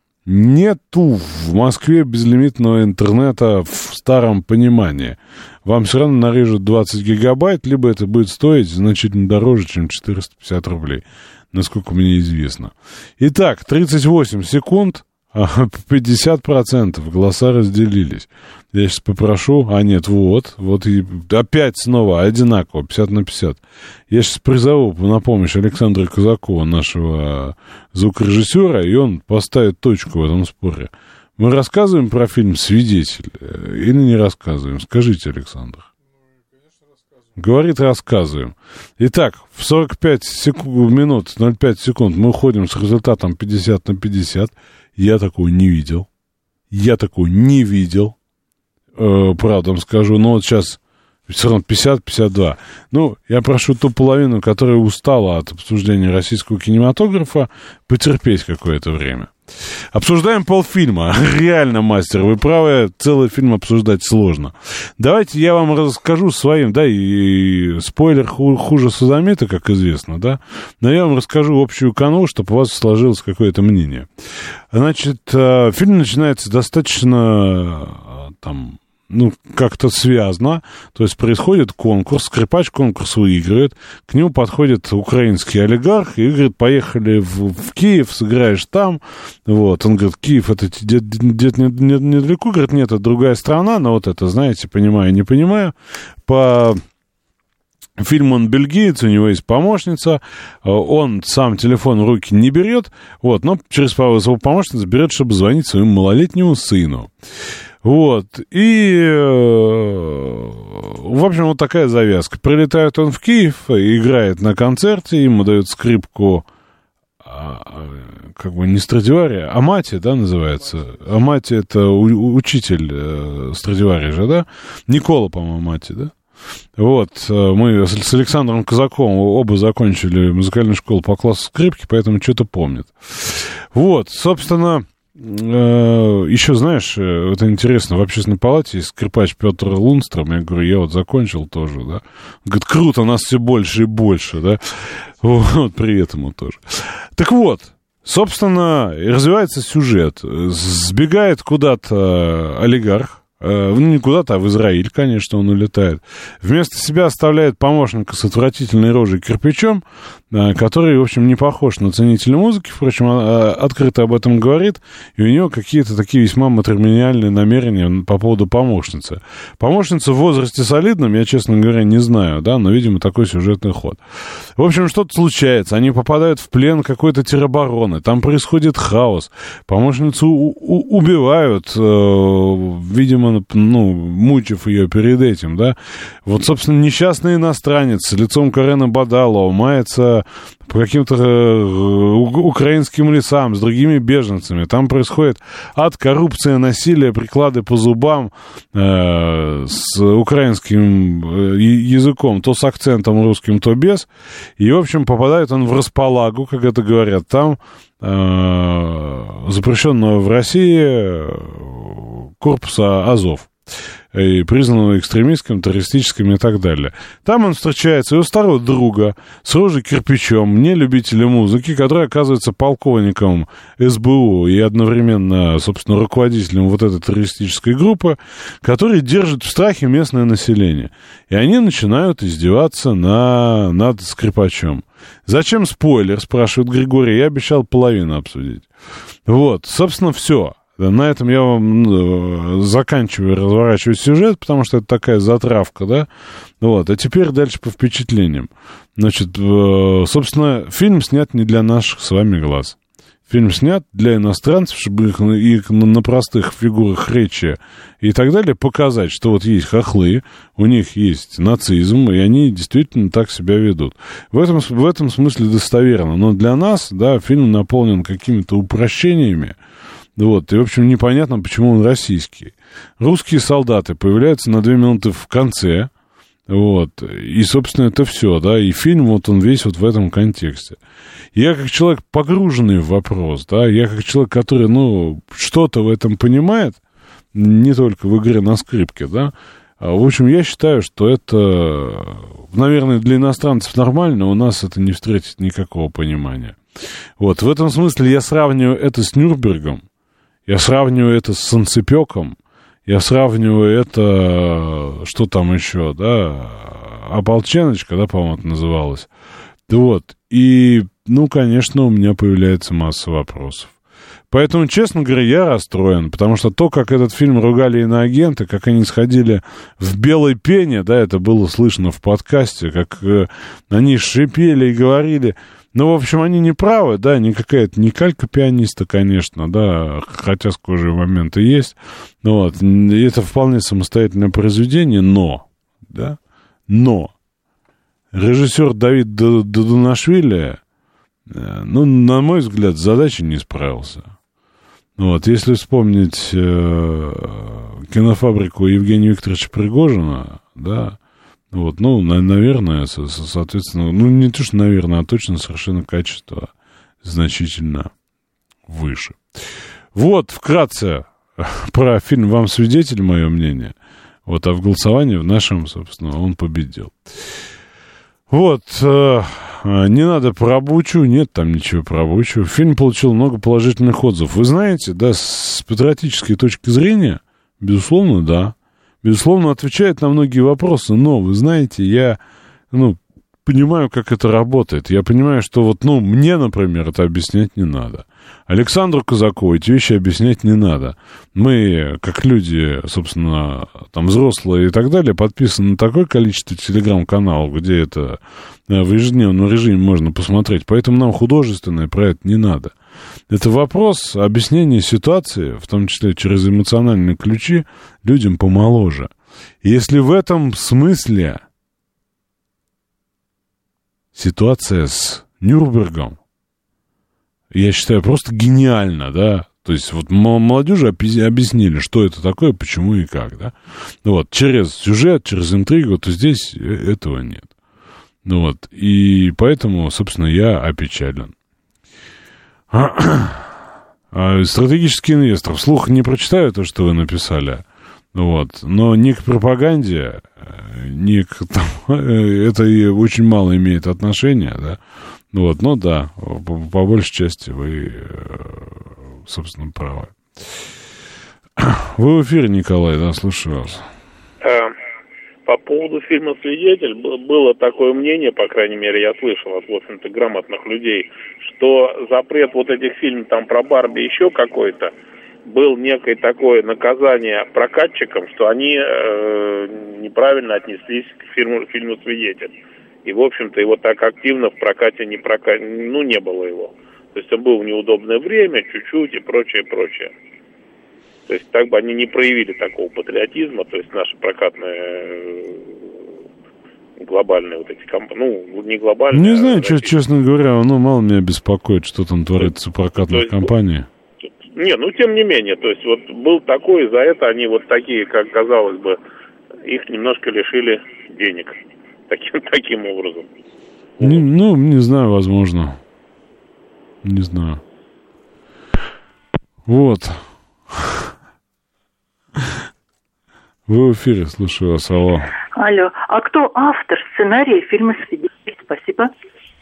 нету в Москве безлимитного интернета в старом понимании. Вам все равно нарежут двадцать гигабайт, либо это будет стоить значительно дороже, чем четыреста пятьдесят рублей, насколько мне известно. Итак, тридцать восемь секунд. пятьдесят процентов голоса разделились. Я сейчас попрошу... А нет, вот. Вот и опять снова одинаково, пятьдесят на пятьдесят. Я сейчас призову на помощь Александра Казакова, нашего звукорежиссера, и он поставит точку в этом споре. Мы рассказываем про фильм «Свидетель» или не рассказываем? Скажите, Александр. Говорит, рассказываем. Итак, в сорок пять секунд, минут, ноль пять секунд мы уходим с результатом пятьдесят на пятьдесят. Я такого не видел. Я такого не видел. Э, правда вам скажу. Но вот сейчас все равно пятьдесят пятьдесят два. Ну, я прошу ту половину, которая устала от обсуждения российского кинематографа, потерпеть какое-то время. Обсуждаем полфильма. Реально, мастер, вы правы, целый фильм обсуждать сложно. Давайте я вам расскажу своим, да, и, и спойлер ху, хуже сузамита, как известно, да, но я вам расскажу общую канву, чтобы у вас сложилось какое-то мнение. Значит, фильм начинается достаточно, там, ну, как-то связано, то есть происходит конкурс, скрипач конкурс выигрывает, к нему подходит украинский олигарх и говорит, поехали в, в Киев, сыграешь там, вот, он говорит, Киев, это где-то недалеко, говорит, нет, это другая страна, но вот это, знаете, понимаю, не понимаю, по... Фильм он бельгиец, у него есть помощница, он сам телефон в руки не берет, вот, но через своего помощницу берет, чтобы звонить своему малолетнему сыну. Вот, и, в общем, вот такая завязка. Прилетает он в Киев, играет на концерте, ему дают скрипку, как бы не Страдивари, Амати, да, называется. Амати — это учитель Страдивари же, да? Никола, по-моему, Амати, да? Вот, мы с Александром Казаковым оба закончили музыкальную школу по классу скрипки, поэтому что-то помнит. Вот, собственно, и еще, знаешь, это интересно, в Общественной палате есть скрипач Петр Лундстром, я говорю, я вот закончил тоже, да. Говорит, круто, нас все больше и больше, да. Вот, привет ему тоже. Так вот, собственно, развивается сюжет. Сбегает куда-то олигарх, ну, не куда-то, а в Израиль, конечно, он улетает. Вместо себя оставляет помощника с отвратительной рожей кирпичом, который, в общем, не похож на ценителя музыки, впрочем, открыто об этом говорит, и у него какие-то такие весьма матримониальные намерения по поводу помощницы. Помощница в возрасте солидном, я, честно говоря, не знаю, да, но, видимо, такой сюжетный ход. В общем, что-то случается, они попадают в плен какой-то теробороны, там происходит хаос, помощницу у- у- убивают, э- видимо, ну, мучив ее перед этим, да. Вот, собственно, несчастный иностранец с лицом Карена Бадалова мается по каким-то э, украинским лесам с другими беженцами. Там происходит ад, коррупция, насилие, приклады по зубам э, с украинским э, языком, то с акцентом русским, то без. И, в общем, попадает он в располагу, как это говорят там, э, запрещенного в России корпуса Азов, и признанного экстремистским, террористическим и так далее. Там он встречается у старого друга с рожей кирпичом, не любителя музыки, который оказывается полковником эс бэ у и одновременно, собственно, руководителем вот этой террористической группы, который держит в страхе местное население. И они начинают издеваться на, над скрипачом. Зачем спойлер, спрашивает Григорий, я обещал половину обсудить. Вот, собственно, все. На этом я вам заканчиваю разворачивать сюжет, потому что это такая затравка, да. Вот. А теперь дальше по впечатлениям. Значит, собственно, фильм снят не для наших с вами глаз. Фильм снят для иностранцев, чтобы их, их на простых фигурах речи и так далее показать, что вот есть хохлы, у них есть нацизм, и они действительно так себя ведут. В этом, в этом смысле достоверно. Но для нас, да, фильм наполнен какими-то упрощениями. Вот, и, в общем, непонятно, почему он российский. Русские солдаты появляются на две минуты в конце, вот, и, собственно, это все, да, и фильм, вот он весь вот в этом контексте. Я как человек, погруженный в вопрос, да, я как человек, который, ну, что-то в этом понимает, не только в игре на скрипке, да, в общем, я считаю, что это, наверное, для иностранцев нормально, у нас это не встретит никакого понимания. Вот, в этом смысле я сравниваю это с Нюрнбергом, я сравниваю это с Санцепёком, я сравниваю это, что там еще, да, ополченочка, да, по-моему, это называлось. Вот, и, ну, конечно, у меня появляется масса вопросов. Поэтому, честно говоря, я расстроен, потому что то, как этот фильм ругали иноагенты, как они сходили в белой пене, да, это было слышно в подкасте, как э, они шипели и говорили... Ну, в общем, они не правы, да, не какая-то, не калька пианиста, конечно, да, хотя схожие моменты есть. Вот, и это вполне самостоятельное произведение, но, да, но режиссер Давид Дадунашвили, ну, на мой взгляд, с задачей не справился. Вот, если вспомнить э, кинофабрику Евгения Викторовича Пригожина, да, вот, ну, наверное, соответственно, ну, не то, что, наверное, а точно совершенно качество значительно выше. Вот, вкратце, про фильм «Вам свидетель», мое мнение. Вот, а в голосовании в нашем, собственно, он победил. Вот, э, не надо про Бучу, нет там ничего про Бучу. Фильм получил много положительных отзывов. Вы знаете, да, с патриотической точки зрения, безусловно, да. Безусловно, отвечает на многие вопросы, но, вы знаете, я, ну, понимаю, как это работает. Я понимаю, что вот, ну, мне, например, это объяснять не надо. Александру Казакову эти вещи объяснять не надо. Мы, как люди, собственно, там, взрослые и так далее, подписаны на такое количество телеграм-каналов, где это в ежедневном режиме можно посмотреть, поэтому нам художественное про это не надо. Это вопрос объяснения ситуации, в том числе через эмоциональные ключи, людям помоложе. И если в этом смысле ситуация с Нюрнбергом, я считаю, просто гениально, да, то есть вот молодежи объяснили, что это такое, почему и как, да, вот, через сюжет, через интригу, то здесь этого нет. Ну вот, и поэтому, собственно, я опечален. А, стратегический инвестор. Вслух не прочитаю то, что вы написали. Вот. Но ни к пропаганде, ни к... это и очень мало имеет отношения, да. Вот. Но да, по, по большей части вы, собственно, правы. Вы в эфире, Николай, да, слушаю вас. По поводу фильма «Свидетель» было такое мнение, по крайней мере, я слышал от, в общем-то, грамотных людей, что запрет вот этих фильмов там про Барби еще какой-то был некое такое наказание прокатчикам, что они э, неправильно отнеслись к фильму, фильму «Свидетель». И, в общем-то, его так активно в прокате не, прока... ну, не было его. То есть он был в неудобное время, чуть-чуть и прочее, прочее. То есть так бы они не проявили такого патриотизма, то есть наши прокатные глобальные вот эти компании, ну, не глобальные. Не знаю, а честно, честно говоря, ну, мало меня беспокоит, что там творится в прокатных компаниях. Не, ну, тем не менее, то есть вот был такой, за это они вот такие, как казалось бы, их немножко лишили денег. Таким, таким образом. Не, ну, не знаю, возможно. Не знаю. Вот. Вы в эфире, слушаю вас, алло. Алло, а кто автор сценария фильма «Свидетель»? Спасибо.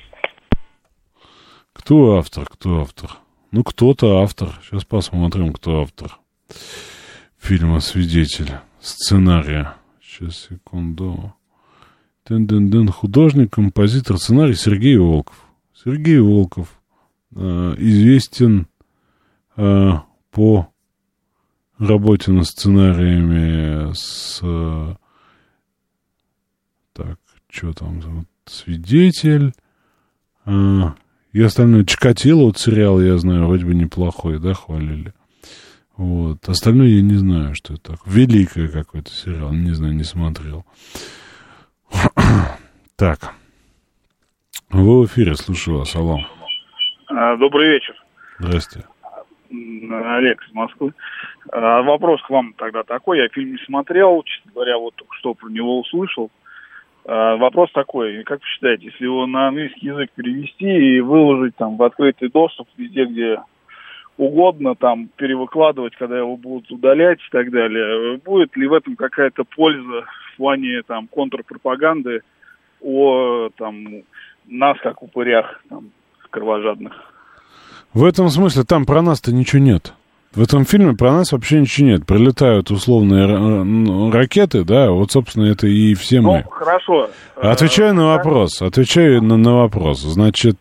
Кто автор, кто автор? Ну, кто-то автор. Сейчас посмотрим, кто автор фильма «Свидетель». Сценария. Сейчас, секунду. Дын-дын-дын. Художник, композитор, сценарий Сергей Волков. Сергей Волков э, известен э, по работе над сценариями с... Э, так, что там? Вот, «Свидетель». Э, и остальное. «Чикатило», вот сериал, я знаю, вроде бы неплохой, да, хвалили. Вот. Остальное я не знаю, что это так. Великое какой-то сериал, не знаю, не смотрел. Так. Вы в эфире, слушаю вас, алло. Добрый вечер. Здрасте. Олег из Москвы. Вопрос к вам тогда такой. Я фильм не смотрел, честно говоря, вот только что про него услышал. Вопрос такой. Как вы считаете, если его на английский язык перевести и выложить там в открытый доступ везде, где угодно, там перевыкладывать, когда его будут удалять и так далее, будет ли в этом какая-то польза в плане там контрпропаганды о там нас как упырях там кровожадных? В этом смысле там про нас-то ничего нет. В этом фильме про нас вообще ничего нет. Прилетают условные ракеты, да, вот, собственно, это и все мы. Ну, хорошо. Отвечаю на вопрос, отвечаю на, на вопрос. Значит,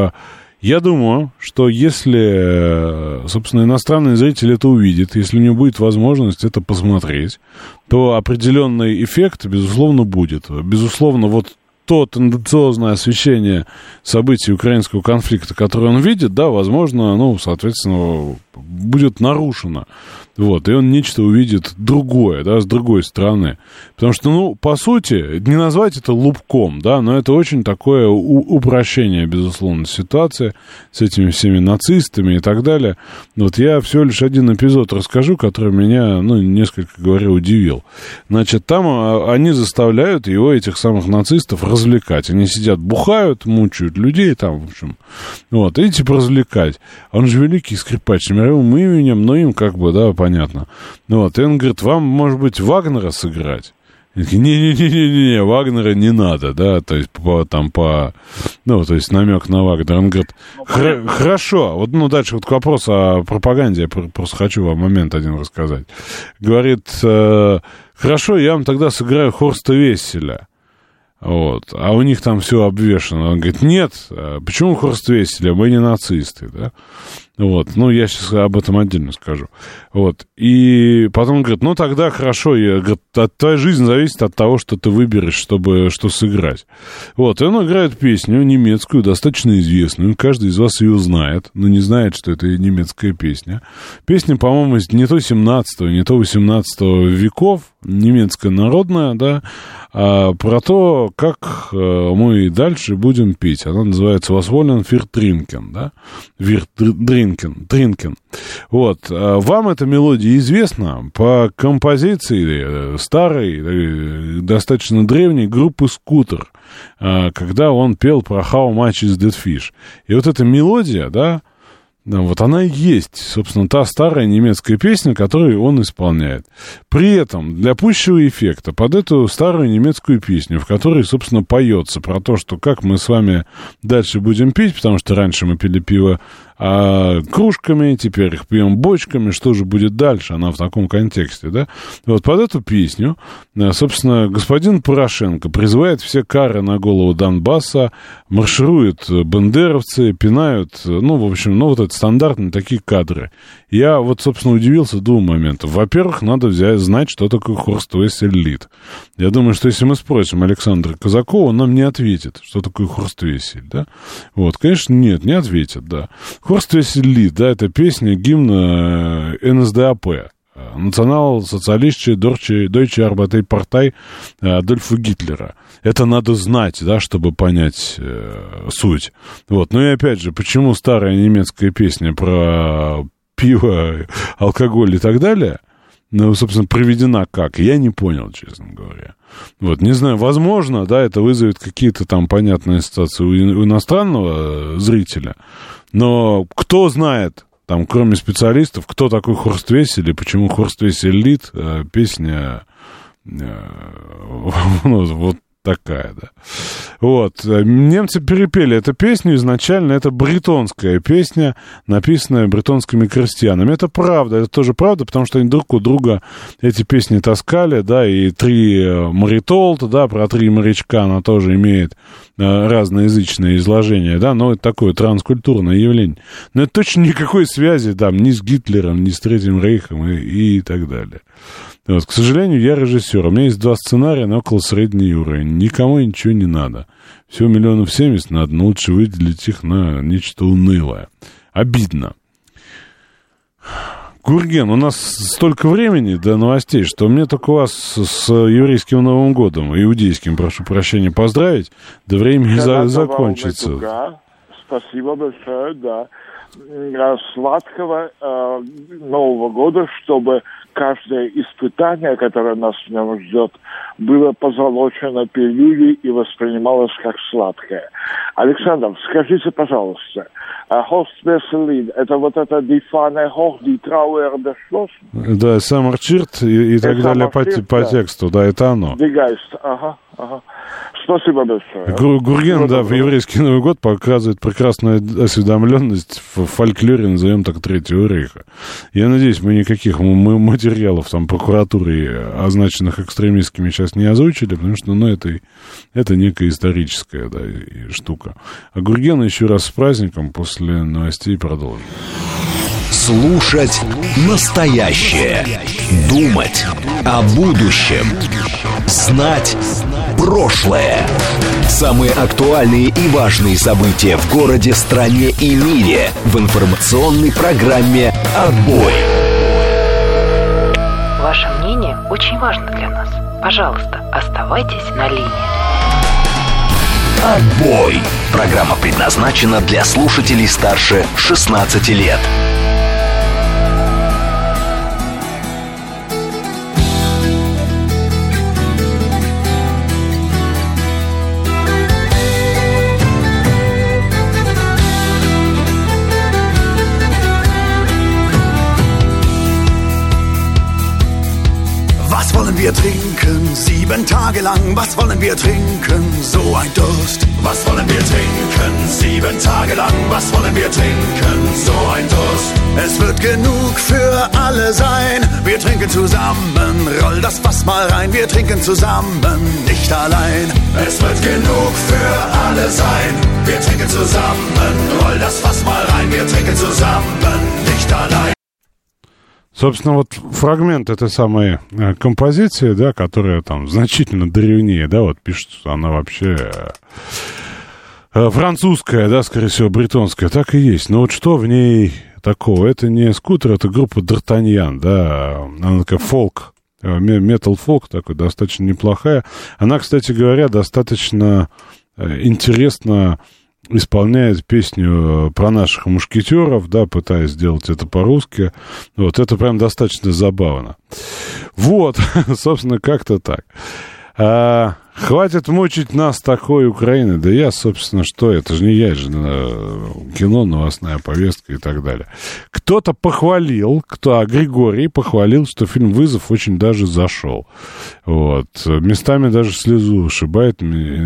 я думаю, что если, собственно, иностранный зритель это увидит, если у него будет возможность это посмотреть, то определенный эффект, безусловно, будет. Безусловно, вот то тенденциозное освещение событий украинского конфликта, которое он видит, да, возможно, ну, соответственно, будет нарушено. Вот, и он нечто увидит другое, да, с другой стороны. Потому что, ну, по сути, не назвать это лупком, да, но это очень такое у- упрощение, безусловно, ситуации с этими всеми нацистами и так далее. Вот я всего лишь один эпизод расскажу, который меня, ну, несколько, говоря, удивил. Значит, там они заставляют его, этих самых нацистов, развлекать. Они сидят, бухают, мучают людей там, в общем. Вот, и типа развлекать. Он же великий скрипач, с мировым именем, но им как бы, да, понятно. Вот, и он говорит, вам, может быть, Вагнера сыграть? Не-не-не-не-не, Вагнера не надо, да, то есть по, там по, ну, то есть намек на Вагнера. Он говорит, хорошо, вот, ну, дальше вот к вопросу о пропаганде, я просто хочу вам момент один рассказать. Говорит, э, хорошо, я вам тогда сыграю Хорста Весселя. Вот, а у них там все обвешано. Он говорит, нет, почему Хорст Весселя, мы не нацисты, да? Вот, ну, я сейчас об этом отдельно скажу. Вот, и потом говорит, ну, тогда хорошо, я, говорит, твоя жизнь зависит от того, что ты выберешь, чтобы что сыграть. Вот, и он играет песню немецкую, достаточно известную, каждый из вас ее знает, но не знает, что это немецкая песня. Песня, по-моему, не то семнадцатого, не то восемнадцатого веков, немецкая народная, да, а про то, как мы дальше будем петь. Она называется «Was wollen wir trinken», да, «Wir trinken», «trinken». Вот, вам эта мелодия известна по композиции старой, достаточно древней группы «Скутер», когда он пел про «How much is that fish». И вот эта мелодия, да, Да, вот она и есть, собственно, та старая немецкая песня, которую он исполняет. При этом, для пущего эффекта, под эту старую немецкую песню, в которой, собственно, поется про то, что как мы с вами дальше будем пить, потому что раньше мы пили пиво а, кружками, теперь их пьем бочками, что же будет дальше, она в таком контексте, да? Вот под эту песню, собственно, господин Порошенко призывает все кары на голову Донбасса, маршируют бандеровцы, пинают, ну, в общем, ну, вот это стандартные такие кадры. Я вот, собственно, удивился двум моментам. Во-первых, надо взять, знать, что такое Хорст Весель-Лид. Я думаю, что если мы спросим Александра Казакова, он нам не ответит, что такое Хорст Весель, да? Вот, конечно, нет, не ответит, да. Хорст Весель-Лид, да, это песня гимна эн эс дэ а пэ, национал-социалистической Deutsche Arbeiterpartei Адольфа Гитлера. Это надо знать, да, чтобы понять э, суть. Вот. Ну и опять же, почему старая немецкая песня про пиво, алкоголь и так далее, ну, собственно, проведена как? Я не понял, честно говоря. Вот, не знаю, возможно, да, это вызовет какие-то там понятные ситуации у, у иностранного зрителя, но кто знает, там, кроме специалистов, кто такой Хорст Весель и почему Хорст Весель-Лид, э, песня э, ну, вот такая, да. Вот. Немцы перепели эту песню изначально, это бретонская песня, написанная бретонскими крестьянами. Это правда, это тоже правда, потому что они друг у друга эти песни таскали, да, и три Маритолта, да, про три морячка она тоже имеет разноязычное изложение, да, но это такое транскультурное явление. Но это точно никакой связи там ни с Гитлером, ни с Третьим Рейхом и, и так далее. Вот, к сожалению, я режиссер. У меня есть два сценария на около средний уровень. Никому ничего не надо. Всего миллионов семьдесят надо, но лучше выделить их на нечто унылое. Обидно. Гурген, у нас столько времени до новостей, что мне только вас с еврейским Новым годом, иудейским, прошу прощения, поздравить, до времени за, закончится. Спасибо большое, да. Сладкого э, Нового года, чтобы каждое испытание, которое нас в нем ждет, было позолочено пилюлей и воспринималось как сладкое. Александр, скажите, пожалуйста, Хорст Весель-Лид, это вот это «Die Fahne hoch, die Trauer beschlossen»? Да, Саммерчирт и, и так далее по, по тексту, да, это оно. Die Geist, ага, ага. Спасибо большое. Гур, Гурген, да, в еврейский Новый год показывает прекрасную осведомленность в фольклоре, назовем так, Третьего Рейха. Я надеюсь, мы никаких мы материалов там прокуратуры, означенных экстремистскими, сейчас не озвучили, потому что, ну, это, это некая историческая, да, штука. А Гургена еще раз с праздником, после новостей продолжим. Слушать настоящее. Думать о будущем. Знать прошлое. Самые актуальные и важные события в городе, стране и мире в информационной программе «Отбой». Ваше мнение очень важно для нас. Пожалуйста, оставайтесь на линии. «Отбой». Программа предназначена для слушателей старше шестнадцати лет. Was wollen wir trinken? Sieben Tage lang, was wollen wir trinken? So ein Durst. Was wollen wir trinken? Sieben Tage lang, was wollen wir trinken? So ein Durst. Es wird genug für alle sein. Wir trinken zusammen, roll das Fass mal rein. Wir trinken zusammen, nicht allein. Es wird genug für alle sein. Wir trinken zusammen, roll das Fass mal rein. Wir trinken zusammen, nicht allein. Собственно, вот фрагмент этой самой э, композиции, да, которая там значительно древнее, да, вот пишет, что она вообще э, э, французская, да, скорее всего, бретонская, так и есть. Но вот что в ней такого? Это не скутер, это группа Д'Артаньян, да, она такая фолк, э, метал-фолк такой, достаточно неплохая. Она, кстати говоря, достаточно э, интересно исполняет песню про наших мушкетеров, да, пытаясь сделать это по-русски. Вот, это прям достаточно забавно. Вот, собственно, как-то так. А, Хватит мучить нас такой Украины. Да я, собственно, что? Это же не я, это же кино, новостная повестка и так далее. Кто-то похвалил, кто, а Григорий похвалил, что фильм «Вызов» очень даже зашел. Вот. Местами даже слезу вышибает, и,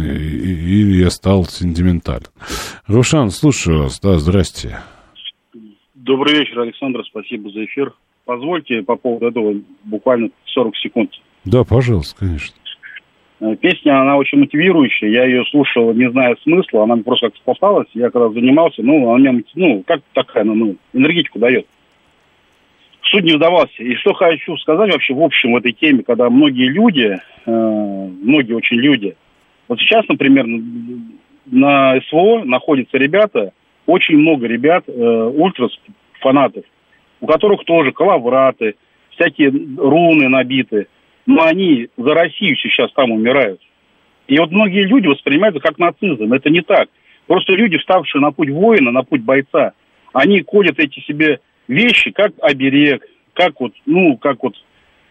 и я стал сентиментален. Рушан, слушаю вас. Да, здрасте. Добрый вечер, Александр. Спасибо за эфир. Позвольте по поводу этого буквально сорок секунд. Да, пожалуйста, конечно. Песня, она очень мотивирующая. Я ее слушал, не зная смысла. Она мне просто как-то попалась. Я когда занимался, ну, она мне, ну, как такая, ну, энергетику дает. В суть не вдавался. И что хочу сказать вообще в общем в этой теме, когда многие люди, э, многие очень люди, вот сейчас, например, на СВО находятся ребята, очень много ребят, э, ультрас, фанатов, у которых тоже коловраты, всякие руны набиты. Но они за Россию сейчас там умирают. И вот многие люди воспринимают это как нацизм. Это не так. Просто люди, вставшие на путь воина, на путь бойца, они кодят эти себе вещи как оберег, как вот, ну, как вот,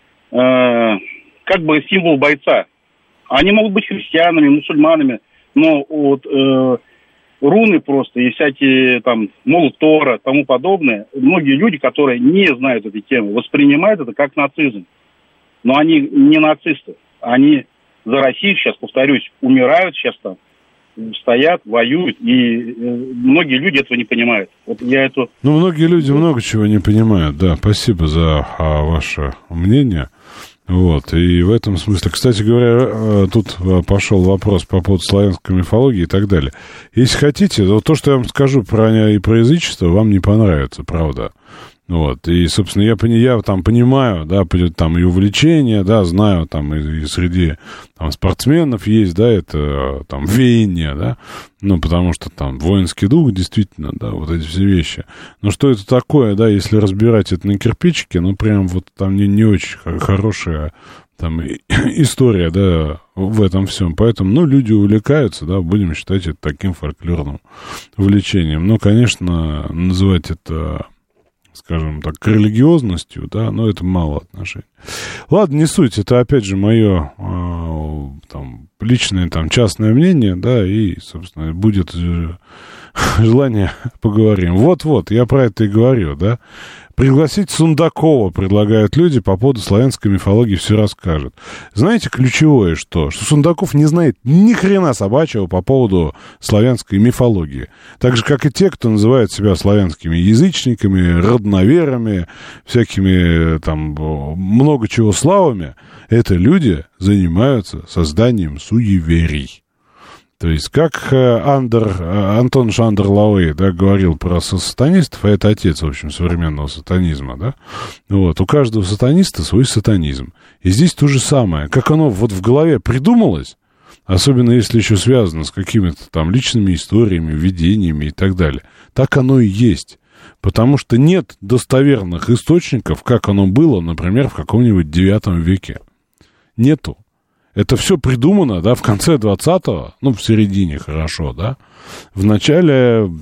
э, как бы символ бойца. Они могут быть христианами, мусульманами, но вот э, руны просто и всякие там молот Тора, тому подобное, многие люди, которые не знают этой темы, воспринимают это как нацизм. Но они не нацисты. Они за Россию сейчас, повторюсь, умирают сейчас там, стоят, воюют, и многие люди этого не понимают. Вот я это... Ну, многие люди много чего не понимают, да. Спасибо за а, ваше мнение. Вот, и в этом смысле, кстати говоря, тут пошел вопрос по поводу славянской мифологии и так далее. Если хотите, то, то что я вам скажу про, и про язычество, вам не понравится, правда. Вот, и, собственно, я, я там понимаю, да, там и увлечения, да, знаю, там и, и среди там, спортсменов есть, да, это там веяние, да, ну, потому что там воинский дух, действительно, да, вот эти все вещи. Но что это такое, да, если разбирать это на кирпичики, ну, прям вот там не, не очень хорошая там история, да, в этом всем. Поэтому, ну, люди увлекаются, да, будем считать это таким фольклорным увлечением. Ну, конечно, называть это... скажем так, к религиозностью, да, но это мало отношений. Ладно, не суть, это, опять же, мое э, там, личное, там, частное мнение, да, и, собственно, будет желание, поговорим. Вот-вот, я про это и говорю, да. Пригласить Сундакова предлагают люди, по поводу славянской мифологии все расскажет. Знаете, ключевое что? Что Сундаков не знает ни хрена собачьего по поводу славянской мифологии. Так же, как и те, кто называет себя славянскими язычниками, родноверами, всякими там много чего славами. Это люди занимаются созданием суеверий. То есть, как Андер, Антон Шандер-Лавей, да, говорил про сатанистов, а это отец, в общем, современного сатанизма, да, вот, у каждого сатаниста свой сатанизм. И здесь то же самое. Как оно вот в голове придумалось, особенно если еще связано с какими-то там личными историями, видениями и так далее, так оно и есть. Потому что нет достоверных источников, как оно было, например, в каком-нибудь девятом веке. Нету. Это все придумано, да, в конце двадцатого, ну, в середине хорошо, да, в начале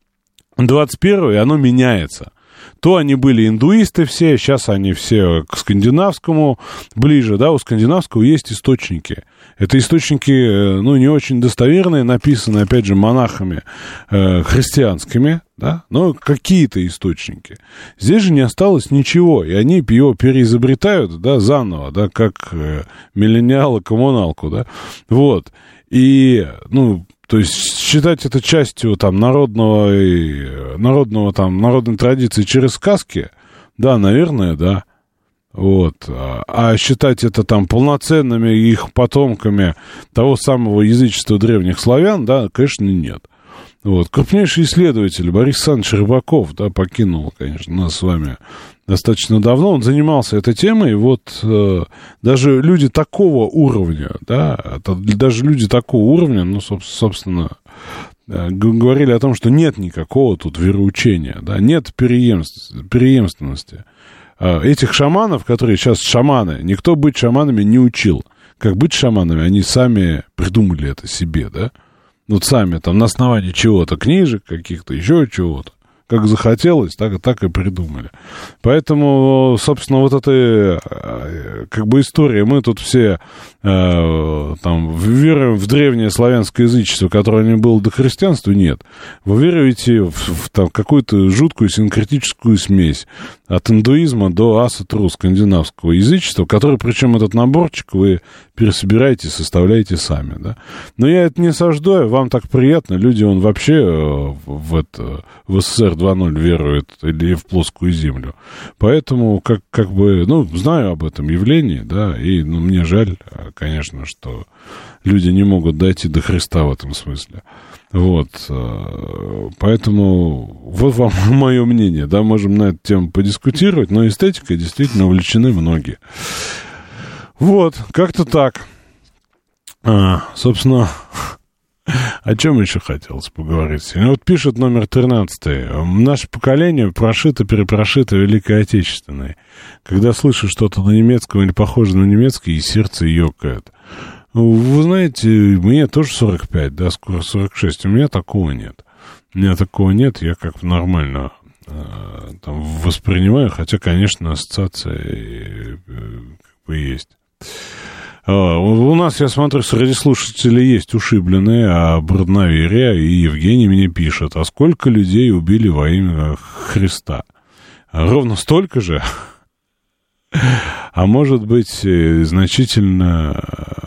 двадцать первого, и оно меняется. То они были индуисты все, сейчас они все к скандинавскому ближе, да, у скандинавского есть источники. Это источники, ну, не очень достоверные, написаны, опять же, монахами э, христианскими, да, но какие-то источники. Здесь же не осталось ничего, и они его переизобретают, да, заново, да, как э, миллениалы-коммуналку, да, вот. И, ну, то есть считать это частью там народного, и, народного там, народной традиции через сказки, да, наверное, да. Вот. А считать это там полноценными их потомками того самого язычества древних славян, да, конечно, нет. Вот. Крупнейший исследователь Борис Александрович Рыбаков, да, покинул, конечно, нас с вами достаточно давно. Он занимался этой темой, и вот э, даже люди такого уровня, да, это, даже люди такого уровня, ну, собственно, э, говорили о том, что нет никакого тут вероучения, да, нет преемств, преемственности. Э, этих шаманов, которые сейчас шаманы, никто быть шаманами не учил. Как быть шаманами, они сами придумали это себе, да. Вот сами там на основании чего-то, книжек каких-то, еще чего-то, как захотелось, так, так и придумали. Поэтому, собственно, вот эта как бы история, мы тут все э, там веруем в древнее славянское язычество, которое не было до христианства, нет. Вы веруете в, в там, какую-то жуткую синкретическую смесь от индуизма до аса-тру скандинавского язычества, который, причем этот наборчик вы пересобираете, составляете сами, да. Но я это не осуждаю, вам так приятно, люди, он вообще в, в, это, в СССР два ноль верует или в плоскую землю. Поэтому, как, как бы, ну, знаю об этом явлении, да, и ну, мне жаль, конечно, что люди не могут дойти до Христа в этом смысле. Вот, поэтому вот вам мое мнение, да, можем на эту тему подискутировать, но эстетикой действительно увлечены многие. Вот, как-то так. А, собственно, о чем еще хотелось поговорить сегодня? Вот пишет номер тринадцатый. Наше поколение прошито-перепрошито Великой Отечественной. Когда слышишь что-то на немецком или похоже на немецкий, и сердце ёкает. Вы знаете, мне тоже сорок пять, да, скоро сорок шесть. У меня такого нет. У меня такого нет, я как нормально э, там воспринимаю, хотя, конечно, ассоциация э, как бы есть. У нас, я смотрю, среди слушателей есть ушибленные об родноверии, и Евгений мне пишет, а сколько людей убили во имя Христа? Ровно столько же, а может быть, значительно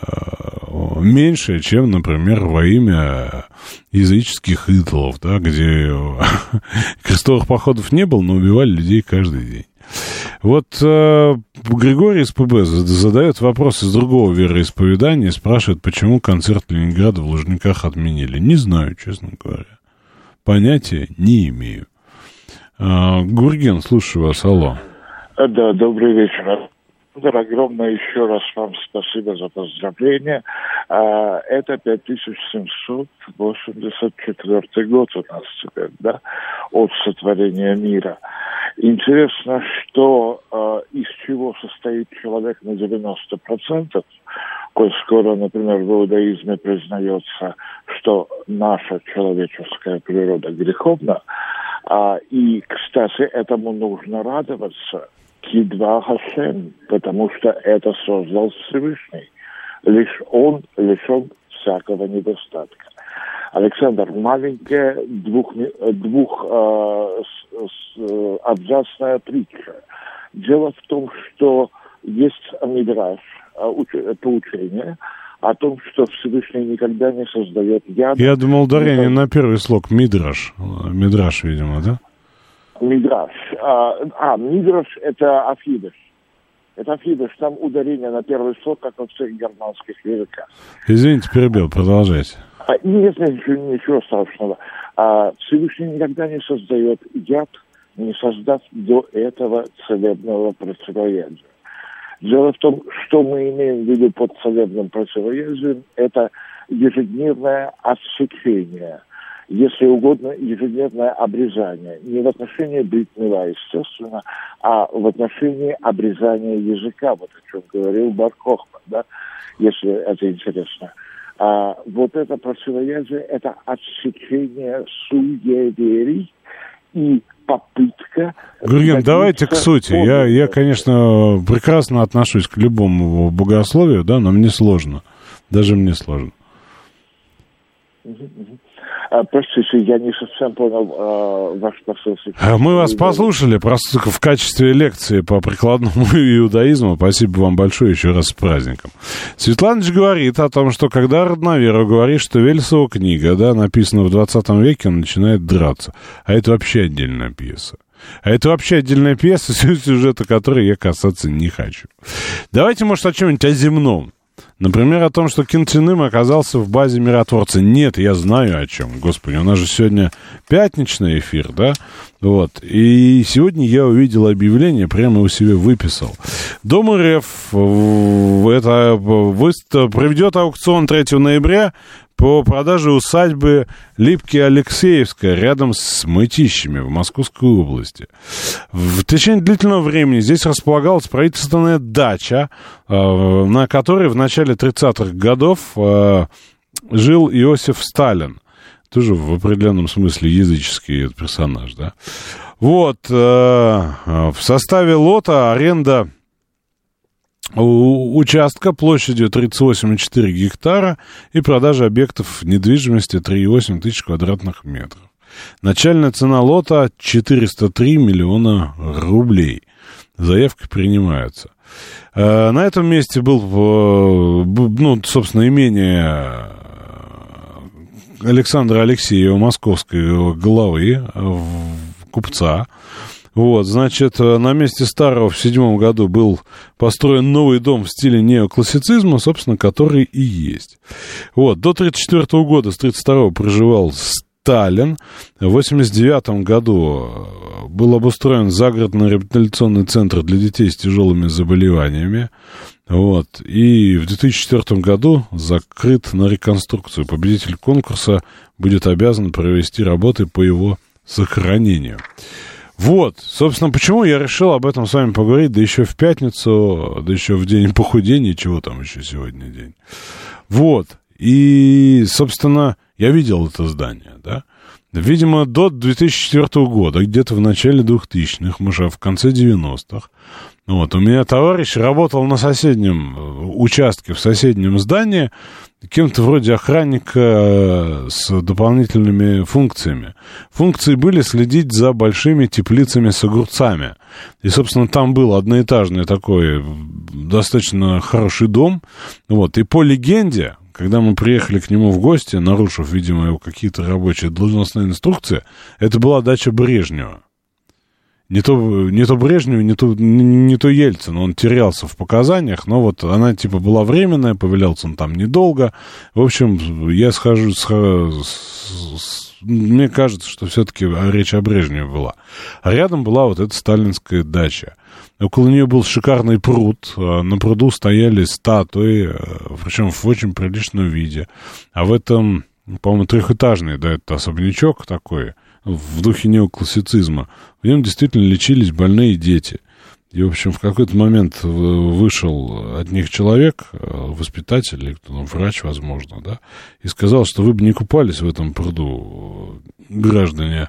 меньше, чем, например, во имя языческих идолов, да, где крестовых походов не было, но убивали людей каждый день. Вот э, Григорий из ПБ задает вопрос из другого вероисповедания, спрашивает, почему концерт Ленинграда в Лужниках отменили. Не знаю, честно говоря. Понятия не имею. Э, Гурген, слушаю вас, алло. Да, добрый вечер. Огромное еще раз вам спасибо за поздравления. Это пять тысяч семьсот восемьдесят четвёртый год у нас теперь, да, от сотворения мира. Интересно, что из чего состоит человек на девяносто процентов, коль скоро, например, в иудаизме признается, что наша человеческая природа греховна, и, кстати, этому нужно радоваться. Кидва Хашем, потому что это создал Всевышний. Лишь он лишен всякого недостатка. Александр, маленькая двух, двух э, с, с, абзацная притча. Дело в том, что есть мидраш, э, поучение о том, что Всевышний никогда не создает яд. Я думал, ударение на первый слог мидраш. Мидраш, видимо, да? Мидраш. А, а, Мидраш – это афидыш. Это афидыш, там ударение на первый слог, как во всех германских языках. Извините, перебил, продолжайте. А, нет, ничего, ничего страшного. А, Всевышний никогда не создает яд, не создав до этого целебного противоядия. Дело в том, что мы имеем в виду под целебным противоядием, это ежедневное отсечение, если угодно, ежедневное обрезание. Не в отношении бритьного, естественно, а в отношении обрезания языка, вот о чем говорил бар Кохман, да, если это интересно. А вот это противоядие, это отсечение суеверий и попытка... Гурген, давайте к сути. Я, я, конечно, прекрасно отношусь к любому богословию, да, но мне сложно. Даже мне сложно. А, простите, я не совсем понял а, ваш посыл. Мы вас послушали просто в качестве лекции по прикладному иудаизму. Спасибо вам большое еще раз с праздником. Светлана же говорит о том, что когда родноверу говорит, что Вельсова книга, да, написана в двадцатом веке, он начинает драться. А это вообще отдельная пьеса. А это вообще отдельная пьеса, сюжета которой я касаться не хочу. Давайте, может, о чем-нибудь о земном. Например, о том, что Кинтиным оказался в базе миротворца. Нет, я знаю о чем. Господи, у нас же сегодня пятничный эфир, да? Вот. И сегодня я увидел объявление, прямо его себе выписал. Дом РФ это, проведет аукцион третьего ноября по продаже усадьбы Липки-Алексеевская рядом с Мытищами в Московской области. В течение длительного времени здесь располагалась правительственная дача, на которой в начале тридцатых годов жил Иосиф Сталин. тоже в определенном смысле языческий персонаж, да. Вот, э, в составе лота аренда у участка площадью тридцать восемь целых четыре десятых гектара и продажа объектов недвижимости три целых восемь тысяч квадратных метров. Начальная цена лота четыреста три миллиона рублей. Заявки принимаются. На этом месте был, ну, собственно, имение Александра Алексеева, московской главы, купца. Вот, значит, на месте старого в седьмом году был построен новый дом в стиле неоклассицизма, собственно, который и есть. Вот, до тридцать четвёртого года, с тридцать второго проживал Сталин. В восемьдесят девятом году был обустроен загородный реабилитационный центр для детей с тяжелыми заболеваниями. Вот, и в две тысячи четвёртом году закрыт на реконструкцию. Победитель конкурса будет обязан провести работы по его сохранению. Вот, собственно, почему я решил об этом с вами поговорить, да еще в пятницу, да еще в день похудения, чего там еще сегодня день. Вот, и, собственно, я видел это здание, да. Видимо, до две тысячи четвёртого года, где-то в начале двухтысячных, мы же в конце девяностых, вот, у меня товарищ работал на соседнем участке, в соседнем здании, кем-то вроде охранника с дополнительными функциями. Функции были следить за большими теплицами с огурцами. И, собственно, там был одноэтажный такой достаточно хороший дом. Вот. И по легенде, когда мы приехали к нему в гости, нарушив, видимо, его какие-то рабочие должностные инструкции, это была дача Брежнева. Не то, не то Брежнев, не то, не то Ельцин, он терялся в показаниях, но вот она типа была временная, появлялся он там недолго. В общем, я схожу, с, с, мне кажется, что все-таки речь о Брежневе была. А рядом была вот эта сталинская дача. Около нее был шикарный пруд, на пруду стояли статуи, причем в очень приличном виде. А в этом, по-моему, трехэтажный, да, это особнячок такой, в духе неоклассицизма. В нем действительно лечились больные дети. И, в общем, в какой-то момент вышел от них человек, воспитатель, или кто-то, врач, возможно, да, и сказал, что вы бы не купались в этом пруду, граждане,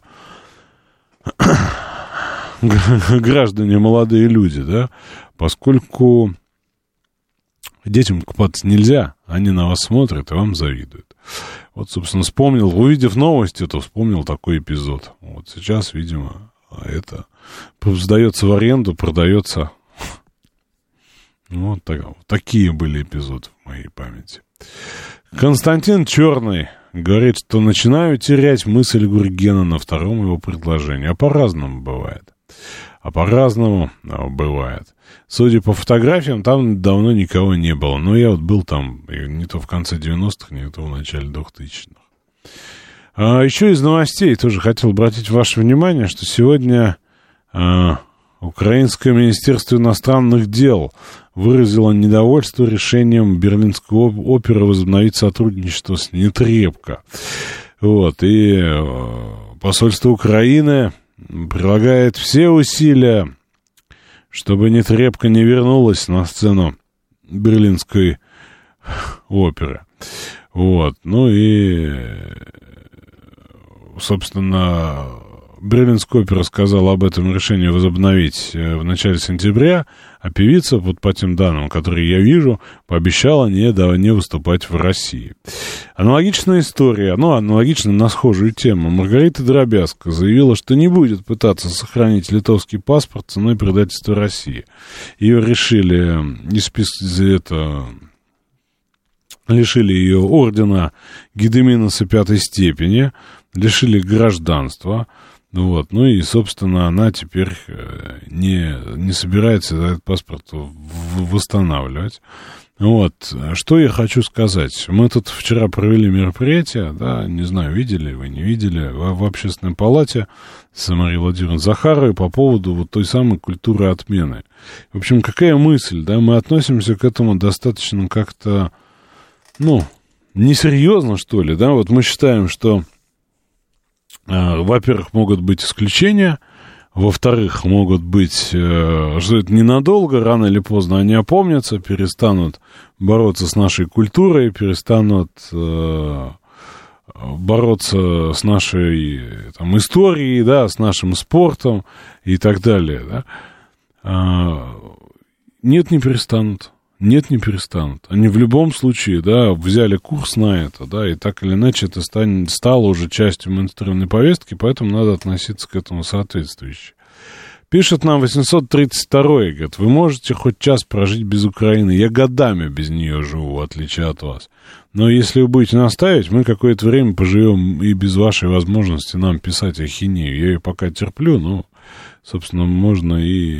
граждане, молодые люди, да, поскольку детям купаться нельзя, они на вас смотрят и вам завидуют. Вот, собственно, вспомнил, увидев новости, то вспомнил такой эпизод. Вот сейчас, видимо, это сдается в аренду, продается. Вот так, такие были эпизоды в моей памяти. Константин Черный говорит, что начинаю терять мысль Гургена на втором его предложении. А по-разному бывает. А по-разному бывает. Судя по фотографиям, там давно никого не было. Но я вот был там не то в конце девяностых, не то в начале двухтысячных. А еще из новостей тоже хотел обратить ваше внимание, что сегодня а, Украинское министерство иностранных дел выразило недовольство решением Берлинской оперы возобновить сотрудничество с Нетребко. Вот, и а, посольство Украины прилагает все усилия, чтобы Нетребко не вернулась на сцену Берлинской оперы. Вот, ну и, собственно, Берлинская опера сказала об этом решении возобновить в начале сентября, а певица, вот по тем данным, которые я вижу, пообещала не, да, не выступать в России. Аналогичная история, ну, аналогично на схожую тему. Маргарита Дробязко заявила, что не будет пытаться сохранить литовский паспорт ценой предательства России. Ее решили из списка это... лишили ее ордена Гедеминаса пятой степени, лишили гражданства. Вот. Ну и, собственно, она теперь не, не собирается этот паспорт восстанавливать. Вот. Что я хочу сказать. Мы тут вчера провели мероприятие, да, не знаю, видели вы, не видели, в, в общественной палате с Марией Владимировной Захаровой по поводу вот той самой культуры отмены. В общем, какая мысль, да, мы относимся к этому достаточно как-то, ну, несерьезно, что ли, да, вот мы считаем, что, э, во-первых, могут быть исключения, во-вторых, могут быть, э, что это ненадолго, рано или поздно они опомнятся, перестанут бороться с нашей культурой, перестанут, э, бороться с нашей там, историей, да, с нашим спортом и так далее, да, а, нет, не перестанут. Нет, не перестанут. Они в любом случае, да, взяли курс на это, да, и так или иначе это станет, стало уже частью мейнстримной повестки, поэтому надо относиться к этому соответствующе. Пишет нам восемьсот тридцать второй, говорит, вы можете хоть час прожить без Украины, я годами без нее живу, в отличие от вас. Но если вы будете настаивать, мы какое-то время поживем и без вашей возможности нам писать ахинею. Я ее пока терплю, но, собственно, можно и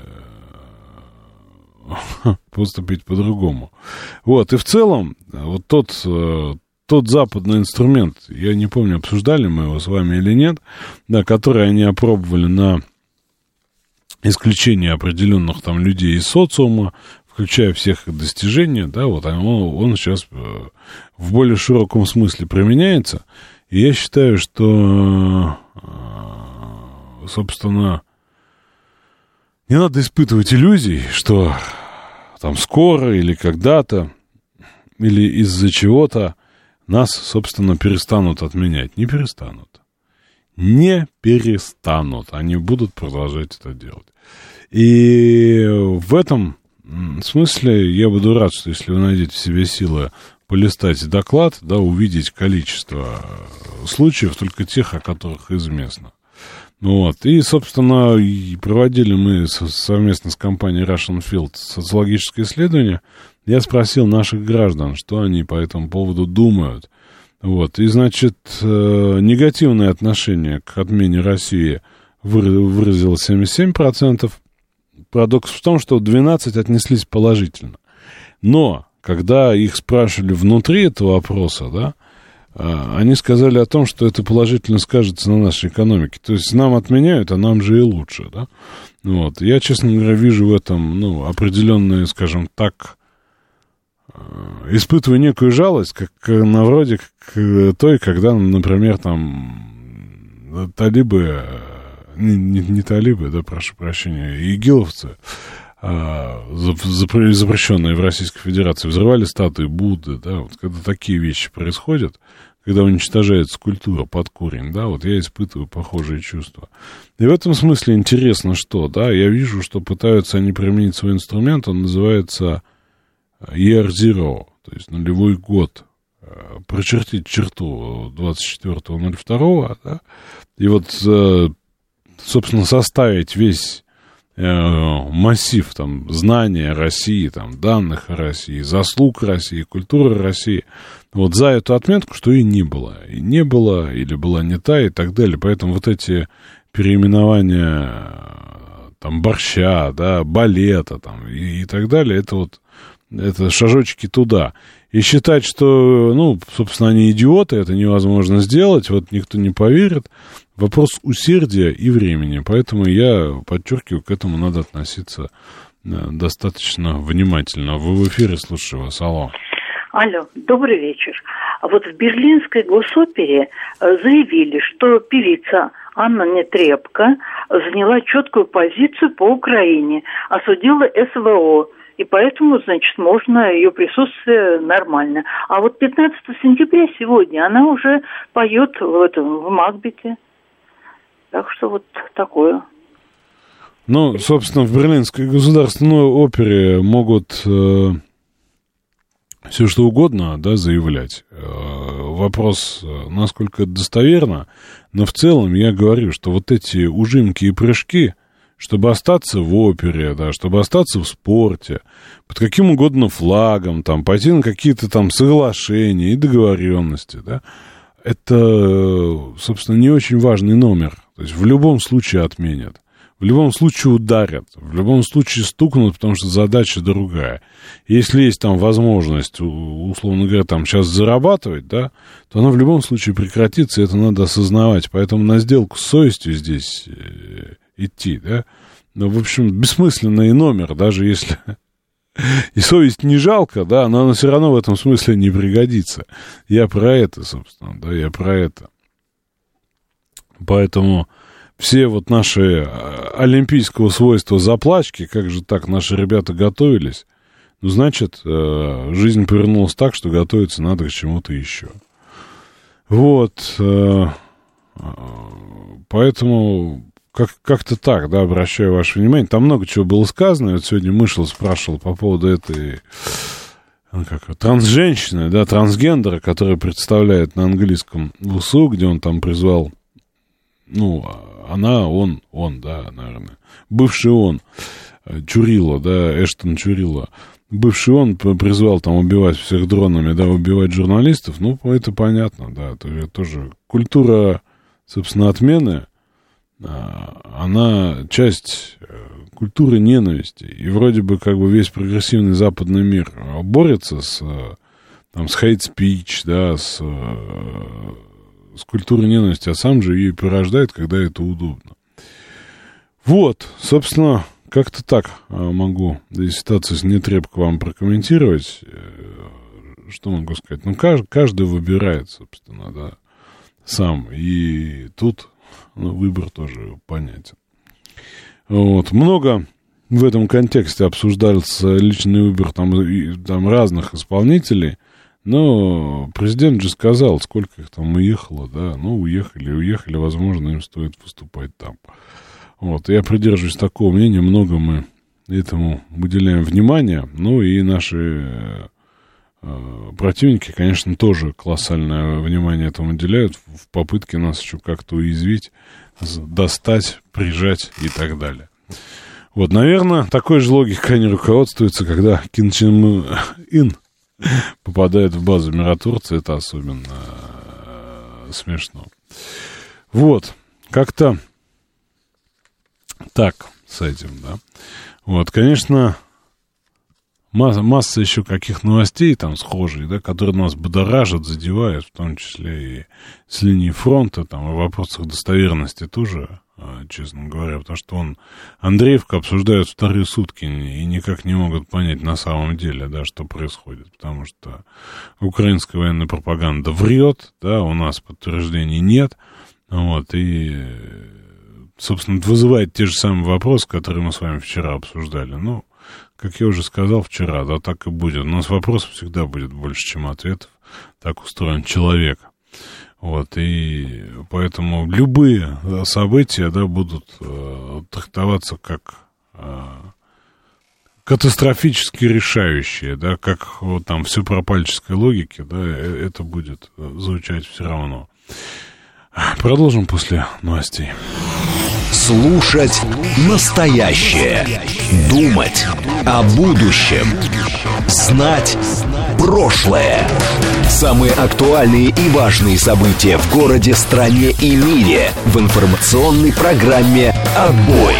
поступить по-другому. Вот, и в целом, вот тот, тот западный инструмент, я не помню, обсуждали мы его с вами или нет, да, который они опробовали на исключение определенных там людей из социума, включая всех их достижения, да, вот он, он сейчас в более широком смысле применяется, и я считаю, что, собственно, не надо испытывать иллюзий, что там скоро или когда-то, или из-за чего-то нас, собственно, перестанут отменять. Не перестанут. Не перестанут. Они будут продолжать это делать. И в этом смысле я буду рад, что если вы найдете в себе силы полистать доклад, да, увидеть количество случаев, только тех, о которых известно. Вот. И, собственно, проводили мы совместно с компанией Russian Field социологическое исследование. Я спросил наших граждан, что они по этому поводу думают. Вот. И, значит, негативное отношение к отмене России выразило семьдесят семь процентов. Парадокс в том, что двенадцать процентов отнеслись положительно. Но, когда их спрашивали внутри этого опроса, да, они сказали о том, что это положительно скажется на нашей экономике. То есть нам отменяют, а нам же и лучше, да. Вот. Я, честно говоря, вижу в этом, ну, определенную, скажем так, испытываю некую жалость, как на вроде как той, когда, например, там талибы, не, не, не талибы, да, прошу прощения, игиловцы, запрещенные в Российской Федерации, взрывали статуи Будды, да, вот когда такие вещи происходят, когда уничтожается культура под корень, да, вот я испытываю похожие чувства. И в этом смысле интересно, что, да, я вижу, что пытаются они применить свой инструмент, он называется Year Zero, то есть нулевой год, прочертить черту двадцать четвёртого ноль второго, да, и вот, собственно, составить весь массив там знания России, там данных о России, заслуг России, культуры России, вот за эту отметку, что и не было, и не было, или была не та, и так далее. Поэтому вот эти переименования там борща, да, балета там и, и так далее, это вот это шажочки туда. И считать, что, ну, собственно, они идиоты, это невозможно сделать, вот никто не поверит. Вопрос усердия и времени. Поэтому я подчеркиваю, к этому надо относиться достаточно внимательно. Вы в эфире, слушаю вас. Алло. Алло, добрый вечер. Вот в Берлинской госопере заявили, что певица Анна Нетребко заняла четкую позицию по Украине, осудила СВО. И поэтому, значит, можно ее присутствие нормально. А вот пятнадцатого сентября сегодня она уже поет в этом, в Макбете. Так что вот такое. Ну, собственно, в Берлинской государственной опере могут э, все что угодно, да, заявлять. Э, вопрос, насколько это достоверно. Но в целом я говорю, что вот эти ужимки и прыжки, чтобы остаться в опере, да, чтобы остаться в спорте, под каким угодно флагом, там, пойти на какие-то там соглашения и договоренности, да, это, собственно, не очень важный номер. То есть в любом случае отменят, в любом случае ударят, в любом случае стукнут, потому что задача другая. Если есть там возможность, условно говоря, там сейчас зарабатывать, да, то она в любом случае прекратится, и это надо осознавать. Поэтому на сделку с совестью здесь идти, да. Ну, в общем, бессмысленный номер, даже если и совесть не жалко, да, но она все равно в этом смысле не пригодится. Я про это, собственно, да, я про это. Поэтому все вот наши олимпийского свойства заплачки, как же так, наши ребята готовились, ну, значит, жизнь повернулась так, что готовиться надо к чему-то еще. Вот. Поэтому как- как-то так, да, обращаю ваше внимание. Там много чего было сказано. Вот сегодня Мышел спрашивал по поводу этой... Как, трансженщины, да, трансгендера, который представляет на английском ВСУ, где он там призвал, ну, она, он, он, да, наверное, бывший он, Чурило, да, Эштон Чурило, бывший он призвал там убивать всех дронами, да, убивать журналистов, ну, это понятно, да, это тоже культура, собственно, отмены, она часть культуры ненависти. И вроде бы как бы весь прогрессивный западный мир борется с, там, с hate speech, да, с, с культурой ненависти, а сам же ее порождает, когда это удобно. Вот, собственно, как-то так могу ситуацию с Нетребко вам прокомментировать. Что могу сказать? Ну, каждый, каждый выбирает, собственно, да, сам. И тут ну, выбор тоже понятен. Вот. Много в этом контексте обсуждался личный выбор там, там разных исполнителей, но президент же сказал, сколько их там уехало, да, ну, уехали, уехали, возможно, им стоит выступать там. Вот, я придерживаюсь такого мнения, много мы этому уделяем внимания, ну, и наши э, противники, конечно, тоже колоссальное внимание этому уделяют в попытке нас еще как-то уязвить, достать, прижать и так далее. Вот, наверное, такой же логикой они руководствуются, когда Ким Чен Ын попадает в базу миротворца, это особенно э, смешно. Вот, как-то так с этим, да. Вот, конечно, масса, масса еще каких новостей там схожих, да, которые нас будоражат, задевают, в том числе и с линии фронта, там, о вопросах достоверности тоже, честно говоря, потому что он, Андреевка обсуждают вторые сутки и никак не могут понять на самом деле, да, что происходит, потому что украинская военная пропаганда врет, да, у нас подтверждений нет, вот, и, собственно, вызывает те же самые вопросы, которые мы с вами вчера обсуждали, ну, как я уже сказал вчера, да, так и будет. У нас вопросов всегда будет больше, чем ответов. Так устроен человек. Вот, и поэтому любые события, да, будут э, трактоваться как э, катастрофически решающие, да, как вот там в сепаропальческой логике, да, это будет звучать все равно. Продолжим после новостей. Слушать настоящее. Думать о будущем. Знать прошлое. Самые актуальные и важные события в городе, стране и мире в информационной программе «Отбой».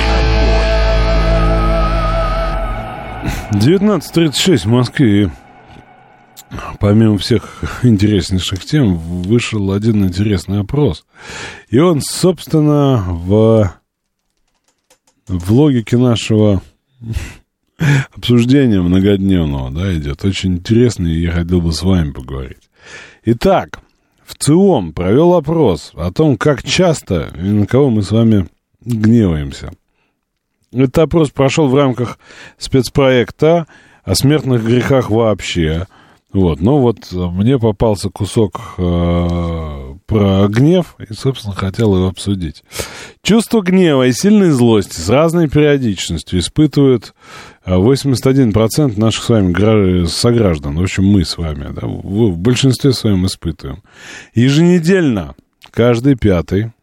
девятнадцать тридцать шесть в Москве. Помимо всех интереснейших тем, вышел один интересный опрос. И он, собственно, в, в логике нашего обсуждения многодневного, да, идет. Очень интересный, и я хотел бы с вами поговорить. Итак, в ЦИОМ провел опрос о том, как часто и на кого мы с вами гневаемся. Этот опрос прошел в рамках спецпроекта о смертных грехах вообще. Вот, ну вот мне попался кусок э, про гнев, и, собственно, хотел его обсудить. Чувство гнева и сильной злости с разной периодичностью испытывают восемьдесят один процент наших с вами сограждан, в общем, мы с вами, да, в, в большинстве своем испытываем. Еженедельно, каждый пятый,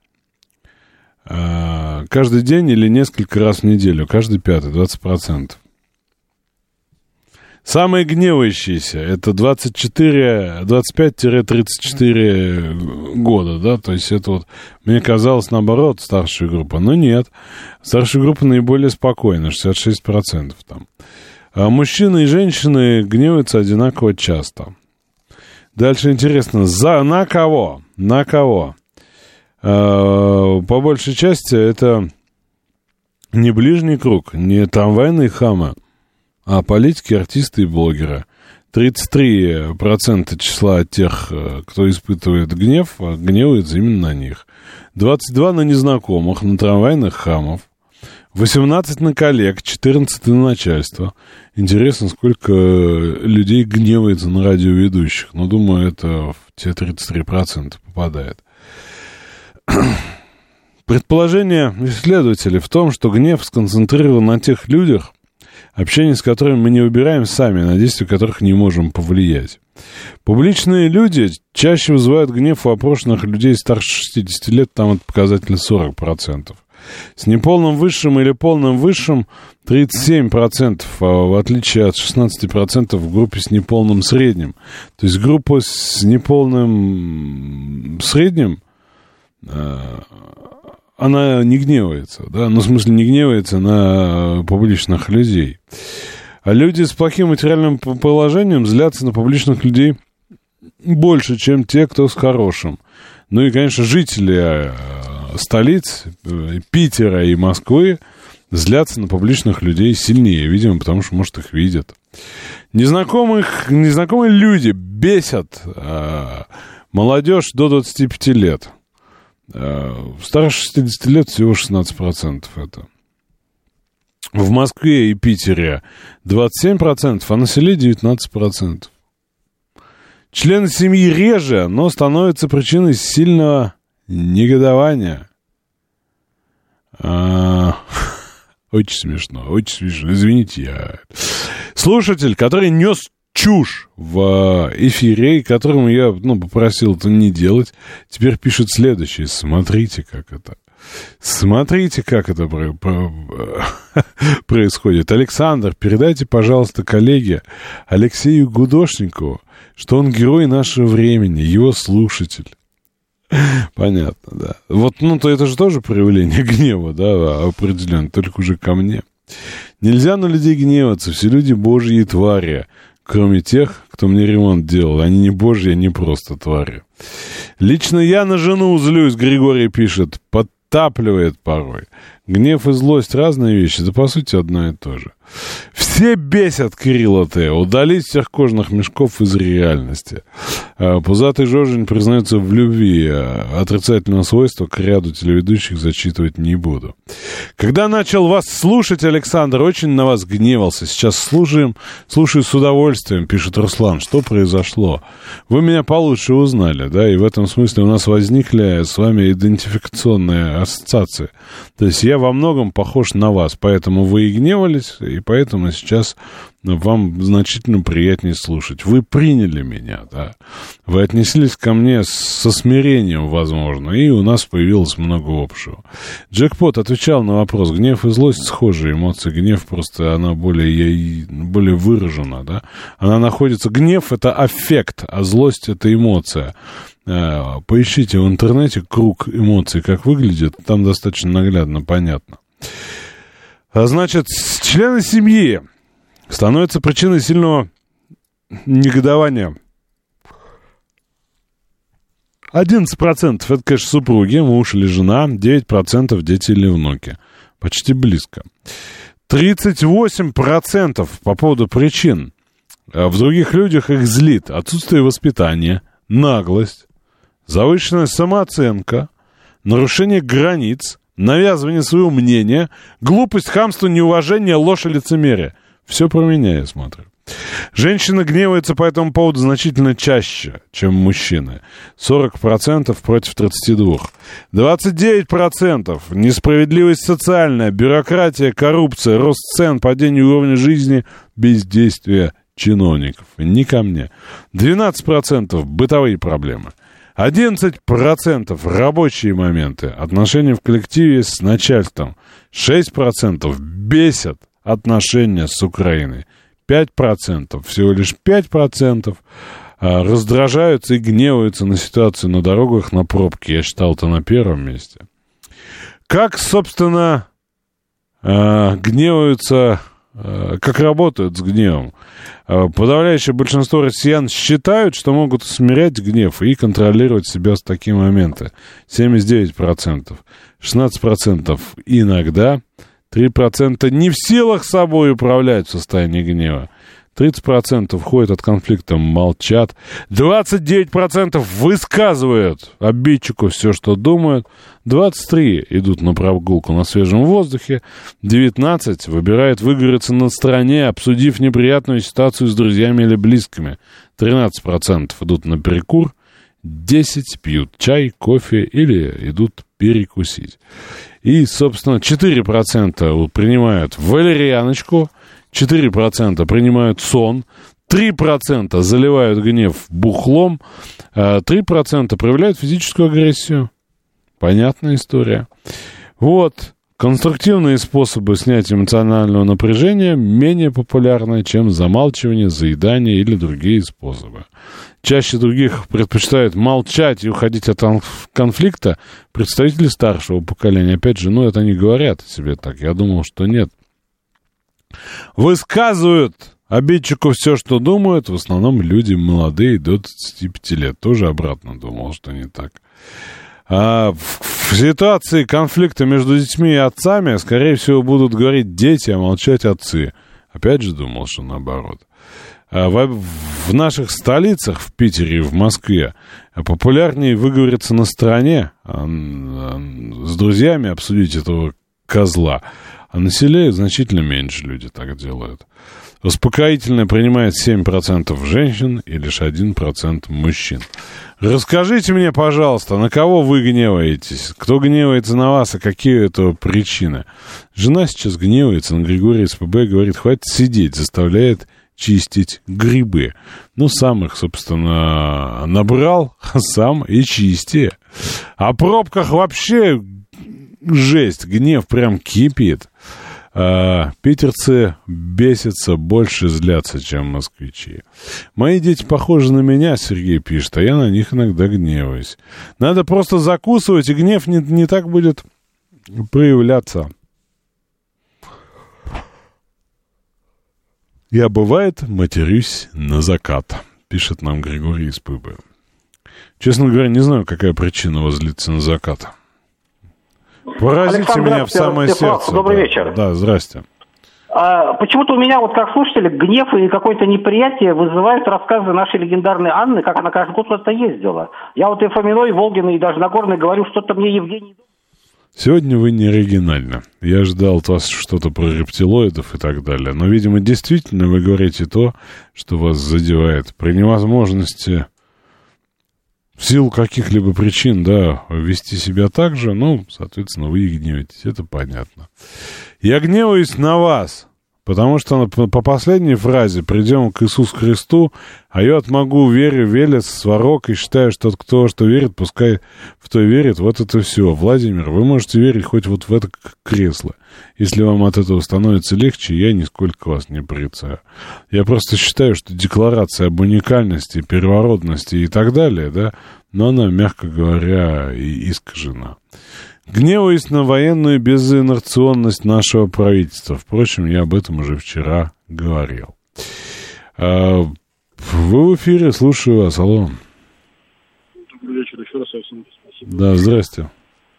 э, каждый день или несколько раз в неделю, каждый пятый, двадцать процентов. Самые гневающиеся — это двадцать четыре, двадцать пять тридцать четыре года, да, то есть это вот, мне казалось, наоборот, старшая группа, но нет, старшая группа наиболее спокойна, шестьдесят шесть процентов там. А мужчины и женщины гневаются одинаково часто. Дальше интересно, за, на кого, на кого? А, по большей части это не ближний круг, не трамвайные хамы, а политики, артисты и блогеры. тридцать три процента числа тех, кто испытывает гнев, гневаются именно на них. двадцать два процента на незнакомых, на трамвайных хамов. восемнадцать на коллег, четырнадцать на начальство. Интересно, сколько людей гневается на радиоведущих. Но, думаю, это в те тридцать три процента попадает. Предположение исследователей в том, что гнев сконцентрирован на тех людях, общение с которыми мы не выбираем сами, на действия которых не можем повлиять. Публичные люди чаще вызывают гнев у опрошенных людей старше шестидесяти лет, там это показатель сорок процентов. С неполным высшим или полным высшим тридцать семь процентов, а в отличие от шестнадцати процентов в группе с неполным средним. То есть группа с неполным средним, она не гневается, да, ну, в смысле, не гневается на публичных людей. А люди с плохим материальным положением злятся на публичных людей больше, чем те, кто с хорошим. Ну и, конечно, жители столиц, Питера и Москвы, злятся на публичных людей сильнее, видимо, потому что, может, их видят. Незнакомых, незнакомые люди бесят а, молодежь до двадцати пяти лет. Старше шестидесяти лет всего шестнадцать процентов это. В Москве и Питере двадцать семь процентов, а на селе девятнадцать процентов. Члены семьи реже, но становятся причиной сильного негодования. А, очень смешно, очень смешно. Извините, я... Слушатель, который нес чушь в эфире, и которому я, ну, попросил это не делать, теперь пишет следующее. Смотрите, как это. Смотрите, как это происходит. Александр, передайте, пожалуйста, коллеге Алексею Гудошникову, что он герой нашего времени, его слушатель. Понятно, да. Вот, ну, то это же тоже проявление гнева, да, определенно, только уже ко мне. Нельзя на людей гневаться, все люди божьи твари, кроме тех, кто мне ремонт делал. Они не божьи, они просто твари. Лично я на жену злюсь, Григорий пишет, подтапливает порой. Гнев и злость — разные вещи, да по сути одно и то же. Все бесят Кирилла Т. Удалить всех кожаных мешков из реальности. Пузатый Жожень признается в любви. Отрицательного свойства к ряду телеведущих зачитывать не буду. Когда начал вас слушать, Александр, очень на вас гневался. Сейчас слушаем, слушаю с удовольствием, пишет Руслан. Что произошло? Вы меня получше узнали, да, и в этом смысле у нас возникли с вами идентификационные ассоциации. То есть я во многом похож на вас, поэтому вы и гневались, и поэтому сейчас вам значительно приятнее слушать. Вы приняли меня, да. Вы отнеслись ко мне со смирением, возможно, и у нас появилось много общего. Джекпот отвечал на вопрос. Гнев и злость схожие эмоции. Гнев просто, она более, более выражена, да. Она находится... Гнев — это аффект, а злость — это эмоция. Поищите в интернете круг эмоций, как выглядит. Там достаточно наглядно понятно. А значит, члены семьи становятся причиной сильного негодования. одиннадцать процентов это, конечно, супруги, муж или жена. девять процентов дети или внуки. Почти близко. тридцать восемь процентов по поводу причин. В других людях их злит отсутствие воспитания, наглость, завышенная самооценка, нарушение границ, навязывание своего мнения, глупость, хамство, неуважение, ложь и лицемерие. Все про меня, я смотрю. Женщины гневаются по этому поводу значительно чаще, чем мужчины. сорок процентов против тридцати двух процентов. двадцать девять процентов несправедливость социальная, бюрократия, коррупция, рост цен, падение уровня жизни, бездействие чиновников. Не ко мне. двенадцать процентов бытовые проблемы. одиннадцать процентов рабочие моменты, отношения в коллективе с начальством. шесть процентов бесят отношения с Украиной. пять процентов, всего лишь пять процентов раздражаются и гневаются на ситуацию на дорогах, на пробки. Я считал это на первом месте. Как, собственно, гневаются, как работают с гневом? Подавляющее большинство россиян считают, что могут усмирять гнев и контролировать себя в такие моменты. семьдесят девять процентов. шестнадцать процентов иногда. три процента не в силах собой управлять в состоянии гнева. тридцать процентов ходят от конфликта, молчат, двадцать девять процентов высказывают обидчику все, что думают, двадцать три процента идут на прогулку на свежем воздухе, девятнадцать процентов выбирают выговориться на стороне, обсудив неприятную ситуацию с друзьями или близкими, тринадцать процентов идут на перекур, десять процентов пьют чай, кофе или идут перекусить. И, собственно, четыре процента принимают валерьяночку, четыре процента принимают сон, три процента заливают гнев бухлом, три процента проявляют физическую агрессию. Понятная история. Вот. Конструктивные способы снятия эмоционального напряжения менее популярны, чем замалчивание, заедание или другие способы. Чаще других предпочитают молчать и уходить от конфликта представители старшего поколения. Опять же, ну, это они говорят себе так. Я думал, что нет. Высказывают обидчику все, что думают. В основном люди молодые, до двадцати пяти лет. Тоже обратно думал, что не так. А в, в ситуации конфликта между детьми и отцами, скорее всего, будут говорить дети, а молчать отцы. Опять же думал, что наоборот. А в, в наших столицах, в Питере и в Москве, популярнее выговориться на стороне, а, а, с друзьями обсудить этого козла. А на селе значительно меньше люди так делают. Успокоительное принимает семь процентов женщин и лишь один процент мужчин. Расскажите мне, пожалуйста, на кого вы гневаетесь? Кто гневается на вас, и какие это причины? Жена сейчас гневается на Григория из ПБ, говорит, хватит сидеть, заставляет чистить грибы. Ну, сам их, собственно, набрал, сам и чисти. О пробках вообще жесть, гнев прям кипит. А, питерцы бесятся, больше злятся, чем москвичи. Мои дети похожи на меня, Сергей пишет, а я на них иногда гневаюсь. Надо просто закусывать, и гнев не, не так будет проявляться. Я, бывает, матерюсь на закат, пишет нам Григорий из ПБ. Честно говоря, не знаю, какая причина вас злиться на закат. Поразите Александр, меня в самое сердце. Добрый да. вечер. Да, здрасте. А, почему-то у меня, вот как слушателя, гнев и какое-то неприятие вызывают рассказы нашей легендарной Анны, как она каждый год куда-то ездила. Я вот и Фоминой, и Волгиной, и даже Нагорной говорю, что-то мне Евгений... Сегодня вы не оригинальны. Я ждал от вас что-то про рептилоидов и так далее. Но, видимо, действительно вы говорите то, что вас задевает. При невозможности... В силу каких-либо причин, да, вести себя так же, ну, соответственно, вы и гневаетесь, это понятно. Я гневаюсь на вас, потому что по последней фразе «придем к Иисусу Христу», а я отмогу верю, велес, сварок, и считаю, что кто что верит, пускай в то верит, вот это все. Владимир, вы можете верить хоть вот в это кресло. Если вам от этого становится легче, я нисколько вас не порицаю. Я просто считаю, что декларация об уникальности, первородности и так далее, да, но она, мягко говоря, и искажена. Гневаюсь на военную безинерционность нашего правительства. Впрочем, я об этом уже вчера говорил. А, вы в эфире, слушаю вас, алло. Добрый вечер, еще раз всем спасибо. Да, здрасте.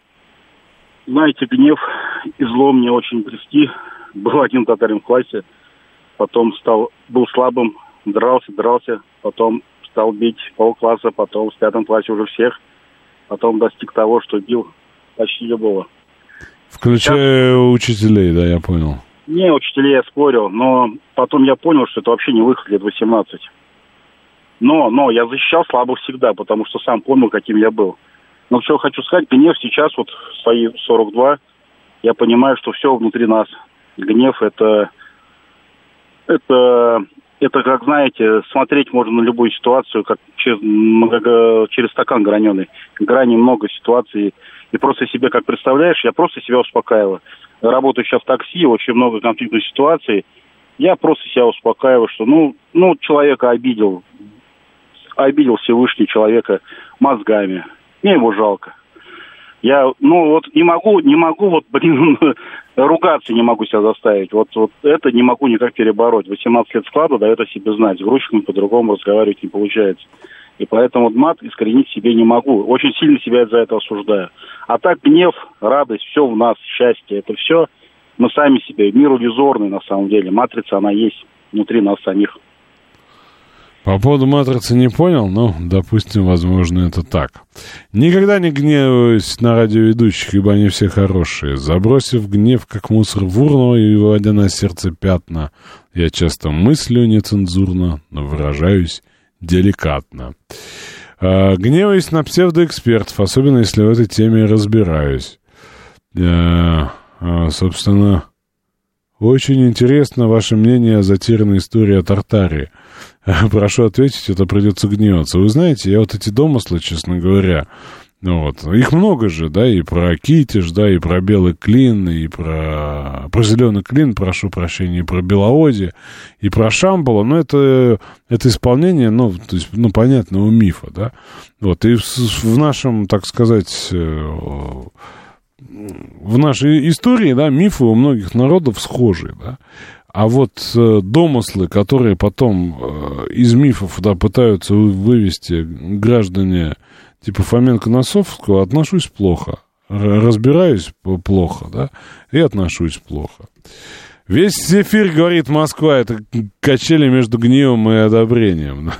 Знаете, гнев и зло мне очень близки. Был один татарин в классе, потом стал, был слабым, дрался, дрался, потом стал бить полкласса, потом в пятом классе уже всех, потом достиг того, что бил почти любого. Включая Сейчас... учителей, да, я понял. Не, учителей я спорил, но потом я понял, что это вообще не выход лет восемнадцать. Но, но я защищал слабых всегда, потому что сам помнил, каким я был. Но что хочу сказать, гнев сейчас, вот в свои сорок два, я понимаю, что все внутри нас. Гнев это, это, это, как знаете, смотреть можно на любую ситуацию, как через, через стакан граненый. Граней много ситуаций. И просто себе, как представляешь, я просто себя успокаиваю. Работаю сейчас в такси, очень много конфликтных ситуаций. Я просто себя успокаиваю, что ну, ну человека обидел, обидел Всевышний человека мозгами. Мне его жалко. Я, ну, вот не могу, не могу, вот, блин, ругаться не могу себя заставить. Вот, вот это не могу никак перебороть. восемнадцать лет склада дает о себе знать. С грузчиком по-другому разговаривать не получается. И поэтому мат искоренить себе не могу. Очень сильно себя за это осуждаю. А так гнев, радость, все в нас, счастье, это все мы сами себе. Мир иллюзорный на самом деле. Матрица, она есть внутри нас самих. По поводу «Матрицы» не понял, но, допустим, возможно, это так. Никогда не гневаюсь на радиоведущих, ибо они все хорошие. Забросив гнев, как мусор в урну, и выводя на сердце пятна, я часто мыслю нецензурно, но выражаюсь деликатно. А, гневаюсь на псевдоэкспертов, особенно если в этой теме разбираюсь. А, а, собственно, очень интересно ваше мнение о затерянной истории о Тартарии. Прошу ответить, это придется гневаться. Вы знаете, я вот эти домыслы, честно говоря, ну вот, их много же, да, и про Китиш, да, и про белый клин, и про, про зеленый клин, прошу прощения, и про Беловодье, и про Шамбала, но это, это исполнение, ну, то есть, ну, понятного мифа, да, вот, и в, в нашем, так сказать, в нашей истории, да, мифы у многих народов схожи, да. А вот э, домыслы, которые потом э, из мифов, да, пытаются вывести граждане типа Фоменко-Носовского, отношусь плохо. Р- разбираюсь плохо, да, и отношусь плохо. Весь эфир, говорит Москва, это качели между гневом и одобрением.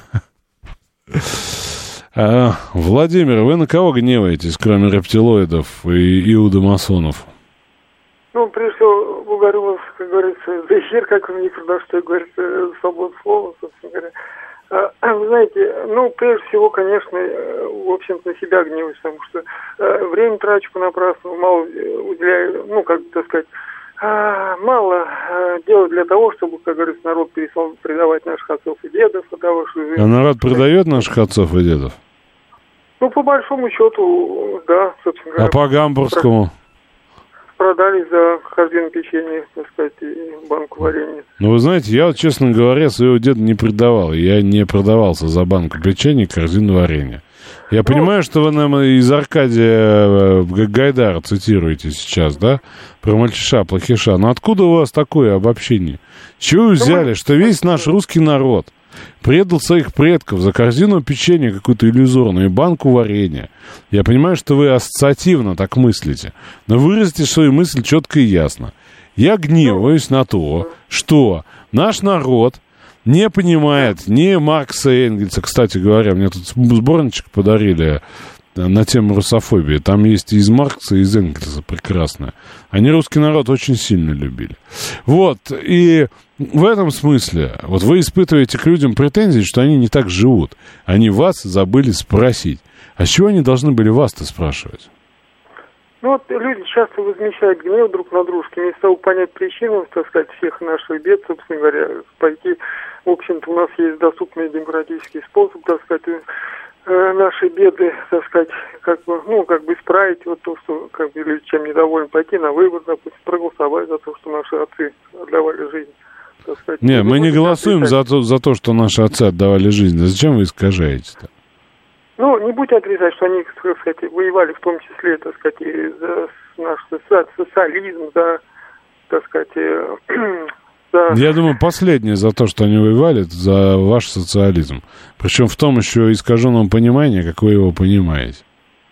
А, Владимир, вы на кого гневаетесь, кроме рептилоидов и иудомасонов? Ну, прежде всего, благодарю вас, как говорится, за эфир, как вы мне продали, что говорится, свобода слова, собственно говоря. А, вы знаете, ну, прежде всего, конечно, в общем-то, на себя гневаюсь, потому что а, время трачу понапрасну, мало уделяю, ну, как так сказать, а, мало а, делаю для того, чтобы, как говорится, народ перестал предавать наших отцов и дедов. Отдававших... А народ предает наших отцов и дедов? Ну, по большому счету, да, собственно говоря. А по гамбургскому? Продали за корзину печенья, так сказать, и банку варенья. Ну, вы знаете, я вот, честно говоря, своего деда не предавал. Я не продавался за банку печенья и корзину варенья. Я ну, понимаю, что вы нам из Аркадия Гайдара цитируете сейчас, да? Про мальчиша, плохиша. Но откуда у вас такое обобщение? С чего вы взяли, что весь наш русский народ предал своих предков за корзину печенья какую-то иллюзорную и банку варенья? Я понимаю, что вы ассоциативно так мыслите, но выразите свою мысль четко и ясно. Я гневаюсь на то, что наш народ не понимает ни Маркса и Энгельса. Кстати говоря, мне тут сборничек подарили на тему русофобии. Там есть и из Маркса, и из Энгельса прекрасное. Они русский народ очень сильно любили. Вот, и в этом смысле, вот вы испытываете к людям претензии, что они не так живут. Они вас забыли спросить. А с чего они должны были вас-то спрашивать? Ну вот люди часто возмещают гнев друг на дружке, вместо того понять причину, так сказать, всех наших бед, собственно говоря, пойти, в общем-то, у нас есть доступный демократический способ, так сказать, э, наши беды, так сказать, как бы, ну, как бы исправить вот то, что, как бы, люди чем недовольны, пойти на выбор, допустим, проголосовать за то, что наши отцы отдавали жизнь, так сказать. Не, мы не голосуем за то, за то, что наши отцы отдавали жизнь. Зачем вы искажаете-то? Ну, не будете отрицать, что они, так сказать, воевали в том числе, так сказать, и за наш социализм, за, так сказать, за... Я думаю, последнее за то, что они воевали, это за ваш социализм. Причем в том еще искаженном понимании, как вы его понимаете.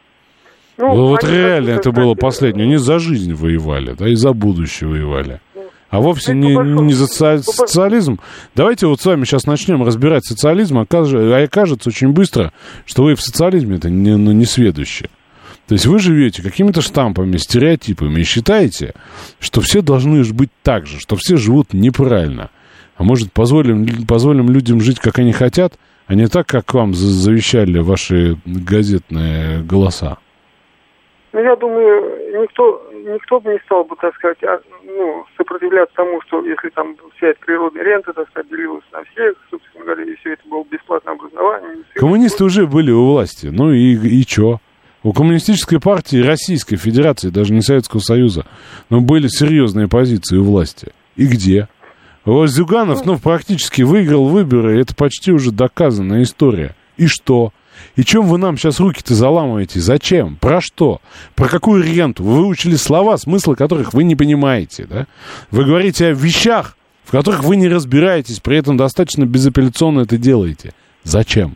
Ну, вот реально это было последнее. Они за жизнь воевали, да, и за будущее воевали. А вовсе не, не за социализм. Давайте вот с вами сейчас начнем разбирать социализм, а окажется очень быстро, что вы в социализме-то не, ну, не сведущие. То есть вы живете какими-то штампами, стереотипами и считаете, что все должны быть так же, что все живут неправильно. А может, позволим, позволим людям жить, как они хотят, а не так, как вам завещали ваши газетные голоса? Ну, я думаю, никто, никто бы не стал бы, так сказать, а, ну, сопротивляться тому, что если там вся эта природная рента, так сказать, делилась на всех, собственно говоря, и все это было бесплатное образование. Коммунисты уже были у власти, ну и, и чё? У коммунистической партии Российской Федерации, даже не Советского Союза, но были серьезные позиции у власти. И где? Вот Зюганов, ну, практически выиграл выборы, это почти уже доказанная история. И что? И чем вы нам сейчас руки-то заламываете? Зачем? Про что? Про какую ренту? Вы выучили слова, смысла которых вы не понимаете, да? Вы говорите о вещах, в которых вы не разбираетесь, при этом достаточно безапелляционно это делаете. Зачем?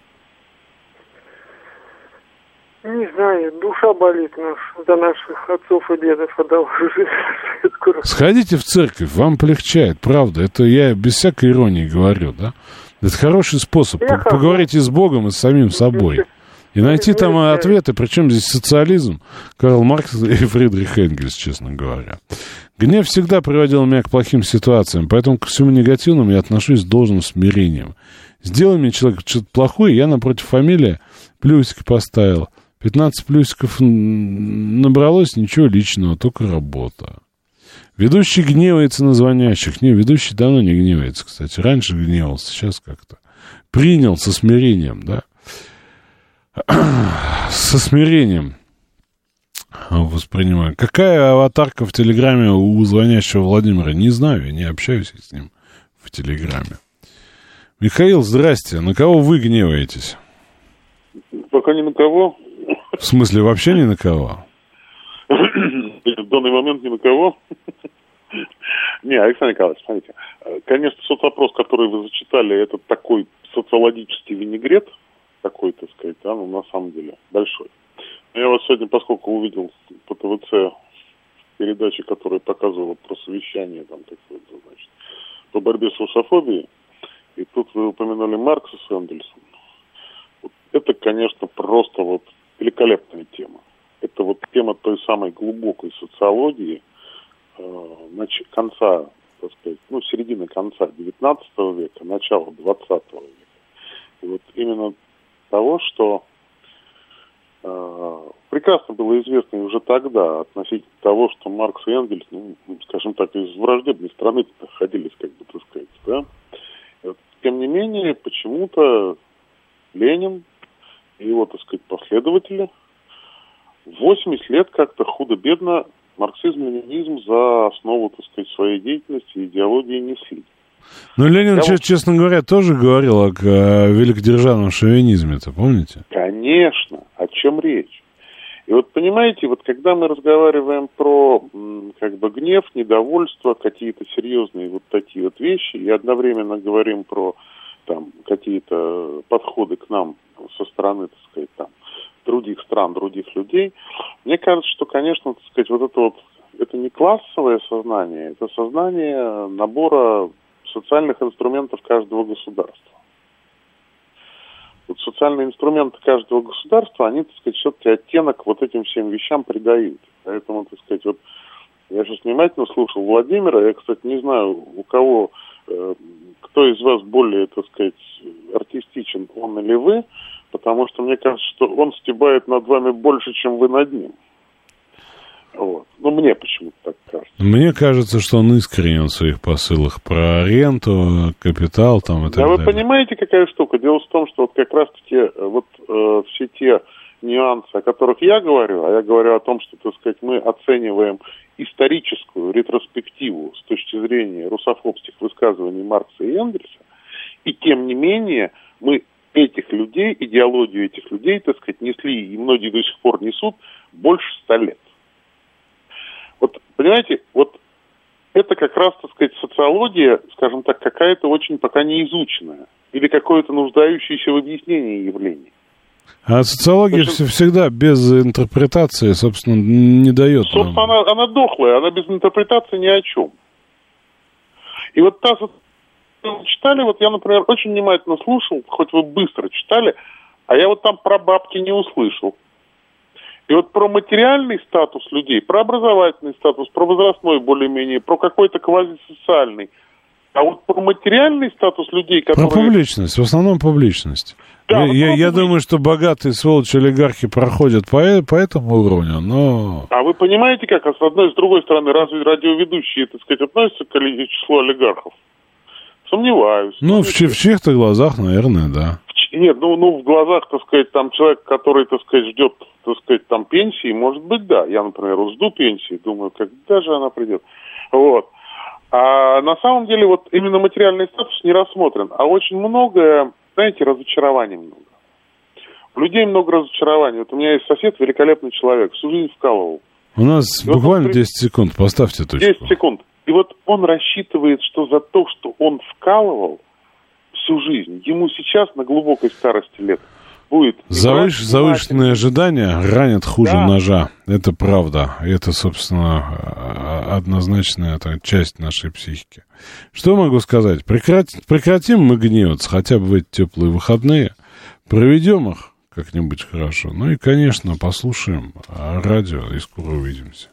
Не знаю, душа болит наш, за наших отцов и дедов отдал жизнь. Сходите в церковь, вам полегчает, правда. Это я без всякой иронии говорю, да? Это хороший способ Я по- поговорить и с Богом, и с самим собой. И найти там ответы, причем здесь социализм, Карл Маркс и Фридрих Энгельс, честно говоря. Гнев всегда приводил меня к плохим ситуациям, поэтому ко всему негативному я отношусь с должным смирением. Сделай мне человек что-то плохое, я напротив фамилии плюсик поставил. пятнадцать плюсиков набралось, ничего личного, только работа. Ведущий гневается на звонящих. Не, ведущий давно не гневается, кстати. Раньше гневался, сейчас как-то. Принял со смирением, да. Со смирением воспринимаю. Какая аватарка в Телеграме у звонящего Владимира? Не знаю, я не общаюсь с ним в Телеграме. Михаил, здрасте. На кого вы гневаетесь? Пока ни на кого. В смысле, вообще ни на кого? В данный момент ни на кого. Не, Александр Николаевич, смотрите. Конечно, соцопрос, который вы зачитали, это такой социологический винегрет, такой, так сказать, да, ну, на самом деле, большой. Но я вас сегодня, поскольку увидел по ТВЦ передачи, которая показывала про совещание, там, так сказать, значит, по борьбе с русофобией, и тут вы упомянули Маркса с Энгельсом. Вот это, конечно, просто вот великолепная тема. Это вот тема той самой глубокой социологии э, нач- конца, так сказать, ну, середины конца девятнадцатого века, начала двадцатого века. И вот именно того, что э, прекрасно было известно уже тогда относительно того, что Маркс и Энгельс, ну, скажем так, из враждебной страны находились, как бы, так сказать, да. И вот, тем не менее, почему-то Ленин и его, так сказать, последователи восемьдесят лет как-то худо-бедно марксизм-ленинизм за основу, так сказать, своей деятельности и идеологии несли. Ну, Ленин, Я ч- вот... честно говоря, тоже говорил о, о великодержавном шовинизме-то, помните? Конечно. О чем речь? И вот, понимаете, вот когда мы разговариваем про, как бы, гнев, недовольство, какие-то серьезные вот такие вот вещи, и одновременно говорим про, там, какие-то подходы к нам со стороны, так сказать, там, других стран, других людей, мне кажется, что, конечно, так сказать, вот это вот, это не классовое сознание, это сознание набора социальных инструментов каждого государства. Вот социальные инструменты каждого государства, они, так сказать, все-таки оттенок вот этим всем вещам придают. Поэтому, так сказать, вот я сейчас внимательно слушал Владимира, я, кстати, не знаю, у кого, э, кто из вас более, так сказать, артистичен, он или вы, потому что мне кажется, что он стебает над вами больше, чем вы над ним. Вот. Ну, мне почему-то так кажется. Мне кажется, что он искренен в своих посылах про ренту, капитал там и так да далее. Вы понимаете, какая штука? Дело в том, что вот как раз-таки вот э, все те нюансы, о которых я говорю, а я говорю о том, что, так сказать, мы оцениваем историческую ретроспективу с точки зрения русофобских высказываний Маркса и Энгельса, и тем не менее мы этих людей, идеологию этих людей, так сказать, несли, и многие до сих пор несут, больше ста лет. Вот, понимаете, вот это как раз, так сказать, социология, скажем так, какая-то очень пока не изученная, или какое-то нуждающееся в объяснении явление. А социология Причем... всегда без интерпретации, собственно, не дает. Собственно, нам. она, она дохлая, она без интерпретации ни о чем. И вот та читали, вот я, например, очень внимательно слушал, хоть вы быстро читали, а я вот там про бабки не услышал. И вот про материальный статус людей, про образовательный статус, про возрастной более-менее, про какой-то квазисоциальный. А вот про материальный статус людей, которые... Про публичность, в основном публичность. Да, я я, я думаю, что богатые сволочи-олигархи проходят по, по этому уровню, но... А вы понимаете, как, а с одной и с другой стороны, разве радиоведущие, так сказать, относятся к числу олигархов? Сомневаюсь. Ну, в, в чьих-то глазах, наверное, да. Нет, ну, ну, в глазах, так сказать, там человек, который, так сказать, ждет, так сказать, там пенсии, может быть, да. Я, например, вот жду пенсии, думаю, когда же она придет. Вот. А на самом деле вот именно материальный статус не рассмотрен. А очень многое, знаете, разочарований много. У людей много разочарований. Вот у меня есть сосед, великолепный человек, всю жизнь вкалывал. У нас и буквально вот десять секунд, поставьте точку. десять секунд. И вот он рассчитывает, что за то, что он вкалывал всю жизнь, ему сейчас на глубокой старости лет будет... Завыш... Завышенные ожидания ранят хуже да. ножа. Это правда. Это, собственно, однозначная это часть нашей психики. Что могу сказать? Прекрати... Прекратим мы гневаться хотя бы в эти теплые выходные. Проведем их как-нибудь хорошо. Ну и, конечно, послушаем радио и скоро увидимся.